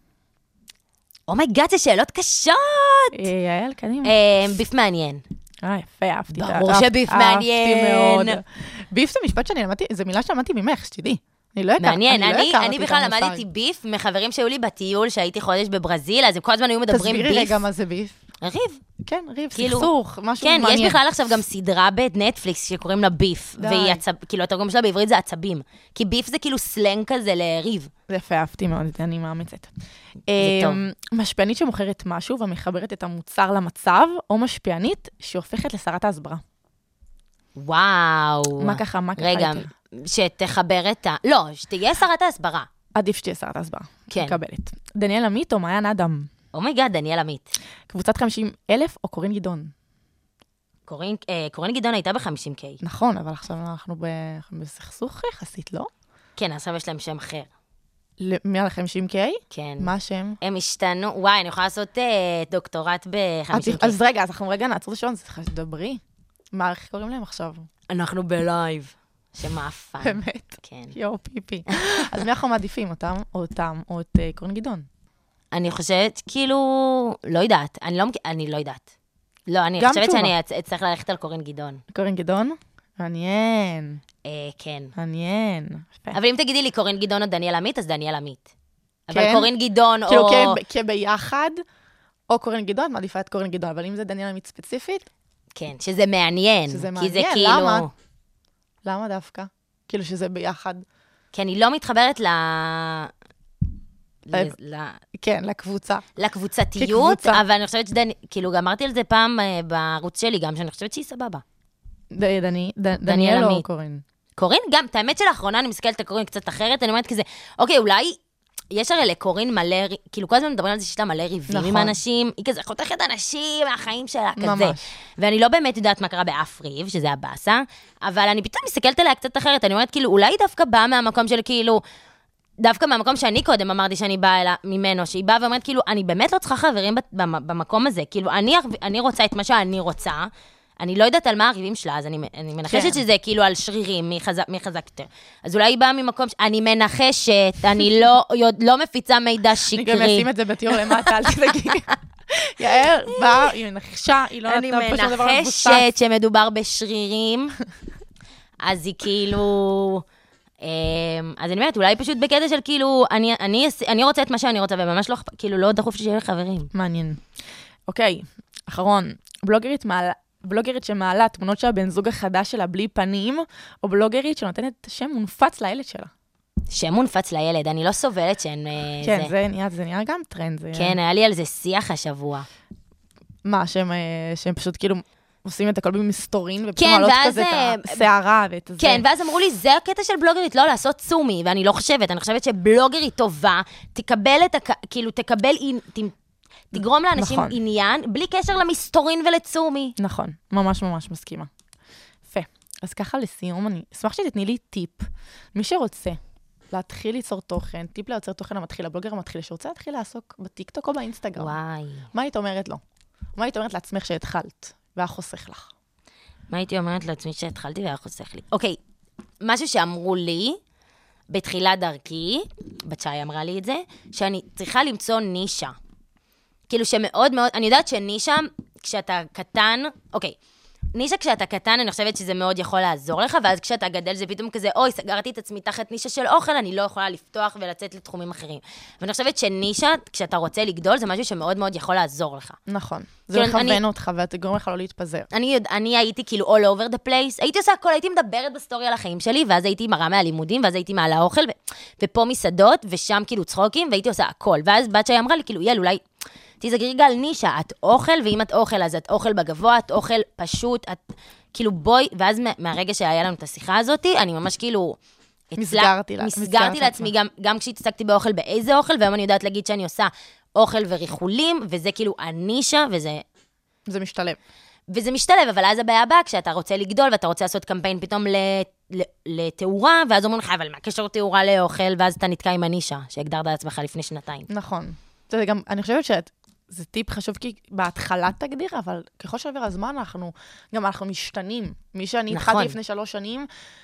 אומייגאד, זה שאלות קשות. יעל, קדימה. ביף מעניין. אה, יפה, אהבתי. ברור שביף מעניין. אהבתי מאוד. ביף זה משפט שאני למדתי, זו מילה שלמדתי ממך, שתדעי. אני לא הכרתי. מעניין, אני, אני בכלל למדתי ביף מחברים שהיו לי בטיול שהייתי חודש בברזיל, אז הם כל הזמן היו מדברים ביף. תסבירי רגע מה זה ביף. ריב. כן, ריב, סכסוך, משהו כן, מעניין. יש בכלל עכשיו גם סדרה בנטפליקס שקוראים לה ביף, והיא עצב, כאילו התרגום שלה בעברית זה עצבים, כי ביף זה כאילו סלנג כזה לריב. זה יפה, אהבתי מאוד, אני מאמצת. זה טוב. משפיענית שמוכרת משהו ומחברת את המוצר למצב, או משפיענית שהופכת לשרת ההסברה. וואו. מה ככה, מה ככה? רגע, שתחבר את ה... לא, שתהיה שרת ההסברה. עדיף שתהיה שרת ההסברה. כן. מקבלת. דניאל עמית או מעיין אדם? אומייגאד, דניאל עמית. קבוצת חמישים אלף או קורין גדעון? קורין, אה, קורין גדעון הייתה ב-חמישים קיי. נכון, אבל עכשיו אנחנו בסכסוך יחסית, לא? כן, עכשיו יש להם שם אחר. מעל חמישים קיי? כן. מה השם? הם השתנו, וואי, אני יכולה לעשות אה, דוקטורט ב-חמישים קיי. אז רגע, אז אנחנו רגע נעצור את השעון, אז דברי. מה, איך קוראים להם עכשיו? אנחנו בלייב. שמאפן. באמת? כן. יואו, פיפי. אז מי אנחנו מעדיפים, אותם או אותם, או את קורין גדעון? אני חושבת, כאילו, לא יודעת. אני לא, אני לא יודעת. לא, אני חושבת שאני אצטרך ללכת על קורין גדעון. קורין גדעון? מעניין. אה, כן. מעניין. אבל אם תגידי לי קורין גדעון או דניאל עמית, אז דניאל עמית. אבל קורין גדעון או... כאילו, כביחד, או קורין גדעון, מעדיפה את קורין גדעון, אבל אם זה דניאל עמית ספציפית? כן, שזה מעניין. שזה מעניין, כי זה כאילו... למה? למה דווקא? כאילו שזה ביחד. כי אני לא מתחברת ל... כן, לקבוצה. לקבוצתיות, אבל אני חושבת שדני... כאילו, אמרתי על זה פעם בערוץ שלי גם, שאני חושבת שהיא סבבה. דניאל או קורין? קורין גם, את האמת שלאחרונה אני מסתכלת על קורין קצת אחרת, אני אומרת כזה, אוקיי, אולי יש הרי לקורין מלא, כאילו כל הזמן מדברים על זה שיש לה מלא ריבים עם אנשים, היא כזה חותכת אנשים מהחיים שלה כזה. ואני לא באמת יודעת מה קרה באף ריב, שזה הבאסה, אבל אני פתאום מסתכלת עליה קצת אחרת, אני אומרת כאילו, אולי דווקא באה מהמקום של כאילו, דווקא מהמקום שאני קודם אמרתי שאני באה אליה ממנו, שהיא באה ואומרת כאילו, אני באמת לא צריכה חברים במקום הזה, כאילו אני, אני רוצה את מה שאני רוצה, אני לא יודעת על מה הריבים שלה, אז אני, אני מנחשת כן. שזה כאילו על שרירים, מי חזק, מי חזק יותר. אז אולי היא באה ממקום, ש... אני מנחשת, אני לא, לא מפיצה מידע שקרי. אני גם אשים את זה בתיאור למטה, אל תדאגי. יעל, באה, היא נחשה, היא לא נתנה פשוט דבר מבוסס. אני מנחשת שמדובר בשרירים, אז היא כאילו... אז אני אומרת, אולי פשוט בקטע של כאילו, אני, אני, אני רוצה את מה שאני רוצה, וממש לא, כאילו לא דחוף שיהיה חברים. מעניין. אוקיי, אחרון, בלוגרית מעלה, בלוגרית שמעלה תמונות של הבן זוג החדש שלה בלי פנים, או בלוגרית שנותנת שם מונפץ לילד שלה. שם מונפץ לילד, אני לא סובלת שהן... כן, זה, זה, נראה, זה נראה גם טרנד. זה... כן, היה לי על זה שיח השבוע. מה, שהם, שהם פשוט כאילו עושים את הכל במסתורין, ופתאום מעלות כזה את השערה ואת זה. כן, ואז אמרו לי, זה הקטע של בלוגרית, לא לעשות צומי, ואני לא חושבת, אני חושבת שבלוגרית טובה, תקבל את, הכ... כאילו, תקבל... תגרום לאנשים נכון. עניין, בלי קשר למסתורין ולצומי. נכון, ממש ממש מסכימה. יפה. אז ככה לסיום, אני אשמח שתתני לי טיפ. מי שרוצה להתחיל ליצור תוכן, טיפ ליוצר תוכן המתחיל, הבלוגר המתחיל, שרוצה להתחיל לעסוק בטיקטוק או באינסטגרם. וואי. מה היית אומרת לו? מה היית אומרת לעצמך שהתחלת, והיה חוסך לך? מה הייתי אומרת לעצמי שהתחלתי והיה חוסך לי? אוקיי, משהו שאמרו לי, בתחילת דרכי, בצ'אי אמרה לי את זה, שאני צריכה למצוא נישה. כאילו שמאוד מאוד, אני יודעת שנישה, כשאתה קטן, אוקיי, נישה כשאתה קטן, אני חושבת שזה מאוד יכול לעזור לך, ואז כשאתה גדל זה פתאום כזה, אוי, סגרתי את עצמי תחת נישה של אוכל, אני לא יכולה לפתוח ולצאת לתחומים אחרים. ואני חושבת שנישה, כשאתה רוצה לגדול, זה משהו שמאוד מאוד יכול לעזור לך. נכון. זה מכוון אותך, ואתה גורם לך לא להתפזר. אני, אני הייתי כאילו all over the place, הייתי עושה הכל, הייתי מדברת בסטוריה על החיים שלי, ואז הייתי מראה מהלימודים, ואז הייתי מעלה אוכל, ו... ופה מסעדות, ושם כאילו צחוקים, והייתי עושה הכל. ואז בת שהיא אמרה לי, כאילו, יאל, אולי תסגרי גל נישה, את אוכל, ואם את אוכל, אז את אוכל בגבוה, את אוכל פשוט, את כאילו בואי, ואז מהרגע שהיה לנו את השיחה הזאת, אני ממש כאילו... מסגרתי, מסגרתי לעצמי, גם, גם כשהתעסקתי באוכל, באיזה אוכל, והיום אני יודעת להגיד שאני עושה אוכל וריחולים, וזה כאילו הנישה, וזה... זה משתלב. וזה משתלב, אבל אז הבעיה הבאה, כשאתה רוצה לגדול, ואתה רוצה לעשות קמפיין פתאום לתאורה, ואז אומרים לך, אבל מה קשר תאורה לאוכל, ואז אתה נתקע עם הנישה, שהגדרת לעצמך לפני שנתיים. נכון. זה גם, אני חושבת שזה טיפ חשוב, כי בהתחלה תגדיר, אבל ככל שעבר הזמן, אנחנו, גם אנחנו משתנים. מי שאני נכון. התחלתי לפני שלוש שנים,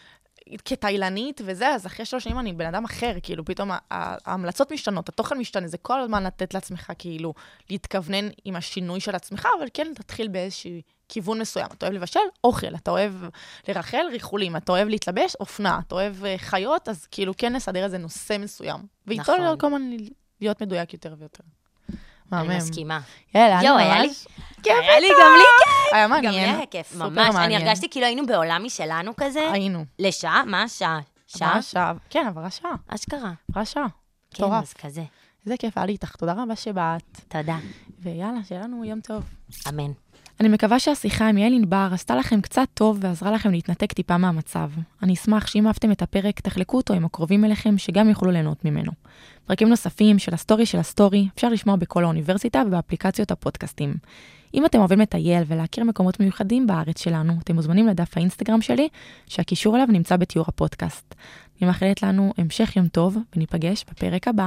כתאילנית וזה, אז אחרי שלוש שנים אני בן אדם אחר, כאילו פתאום ההמלצות משתנות, התוכן משתנה, זה כל הזמן לתת לעצמך כאילו להתכוונן עם השינוי של עצמך, אבל כן תתחיל באיזשהו כיוון מסוים. אתה אוהב לבשל? אוכל. אתה אוהב לרחל? ריחולים. אתה אוהב להתלבש? אופנה. אתה אוהב חיות? אז כאילו כן נסדר איזה נושא מסוים. ואיתו נכון. כל הזמן להיות מדויק יותר ויותר. אני מסכימה. יאללה, אני ממש... היה לי גם לי כיף. היה מעניין. גם לי היה כיף, ממש. אני הרגשתי כאילו היינו בעולם משלנו כזה. היינו. לשעה? מה השעה? שעה? שעה. כן, עברה שעה. אשכרה. עברה שעה. כן, אז כזה. איזה כיף, היה לי איתך. תודה רבה שבאת. תודה. ויאללה, שיהיה לנו יום טוב. אמן. אני מקווה שהשיחה עם יעל ענבר עשתה לכם קצת טוב ועזרה לכם להתנתק טיפה מהמצב. אני אשמח שאם אהבתם את הפרק, תחלקו אותו עם הקרובים אליכם שגם יוכלו ליהנות ממנו. פרקים נוספים של הסטורי של הסטורי אפשר לשמוע בכל האוניברסיטה ובאפליקציות הפודקאסטים. אם אתם אוהבים לטייל ולהכיר מקומות מיוחדים בארץ שלנו, אתם מוזמנים לדף האינסטגרם שלי, שהקישור אליו נמצא בתיאור הפודקאסט. אני מאחלת לנו המשך יום טוב וניפגש בפרק הבא.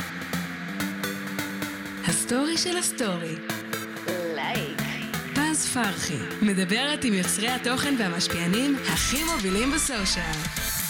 הסטורי של הסטורי. לייק. פז פרחי, מדברת עם יוצרי התוכן והמשפיענים הכי מובילים בסושיאל.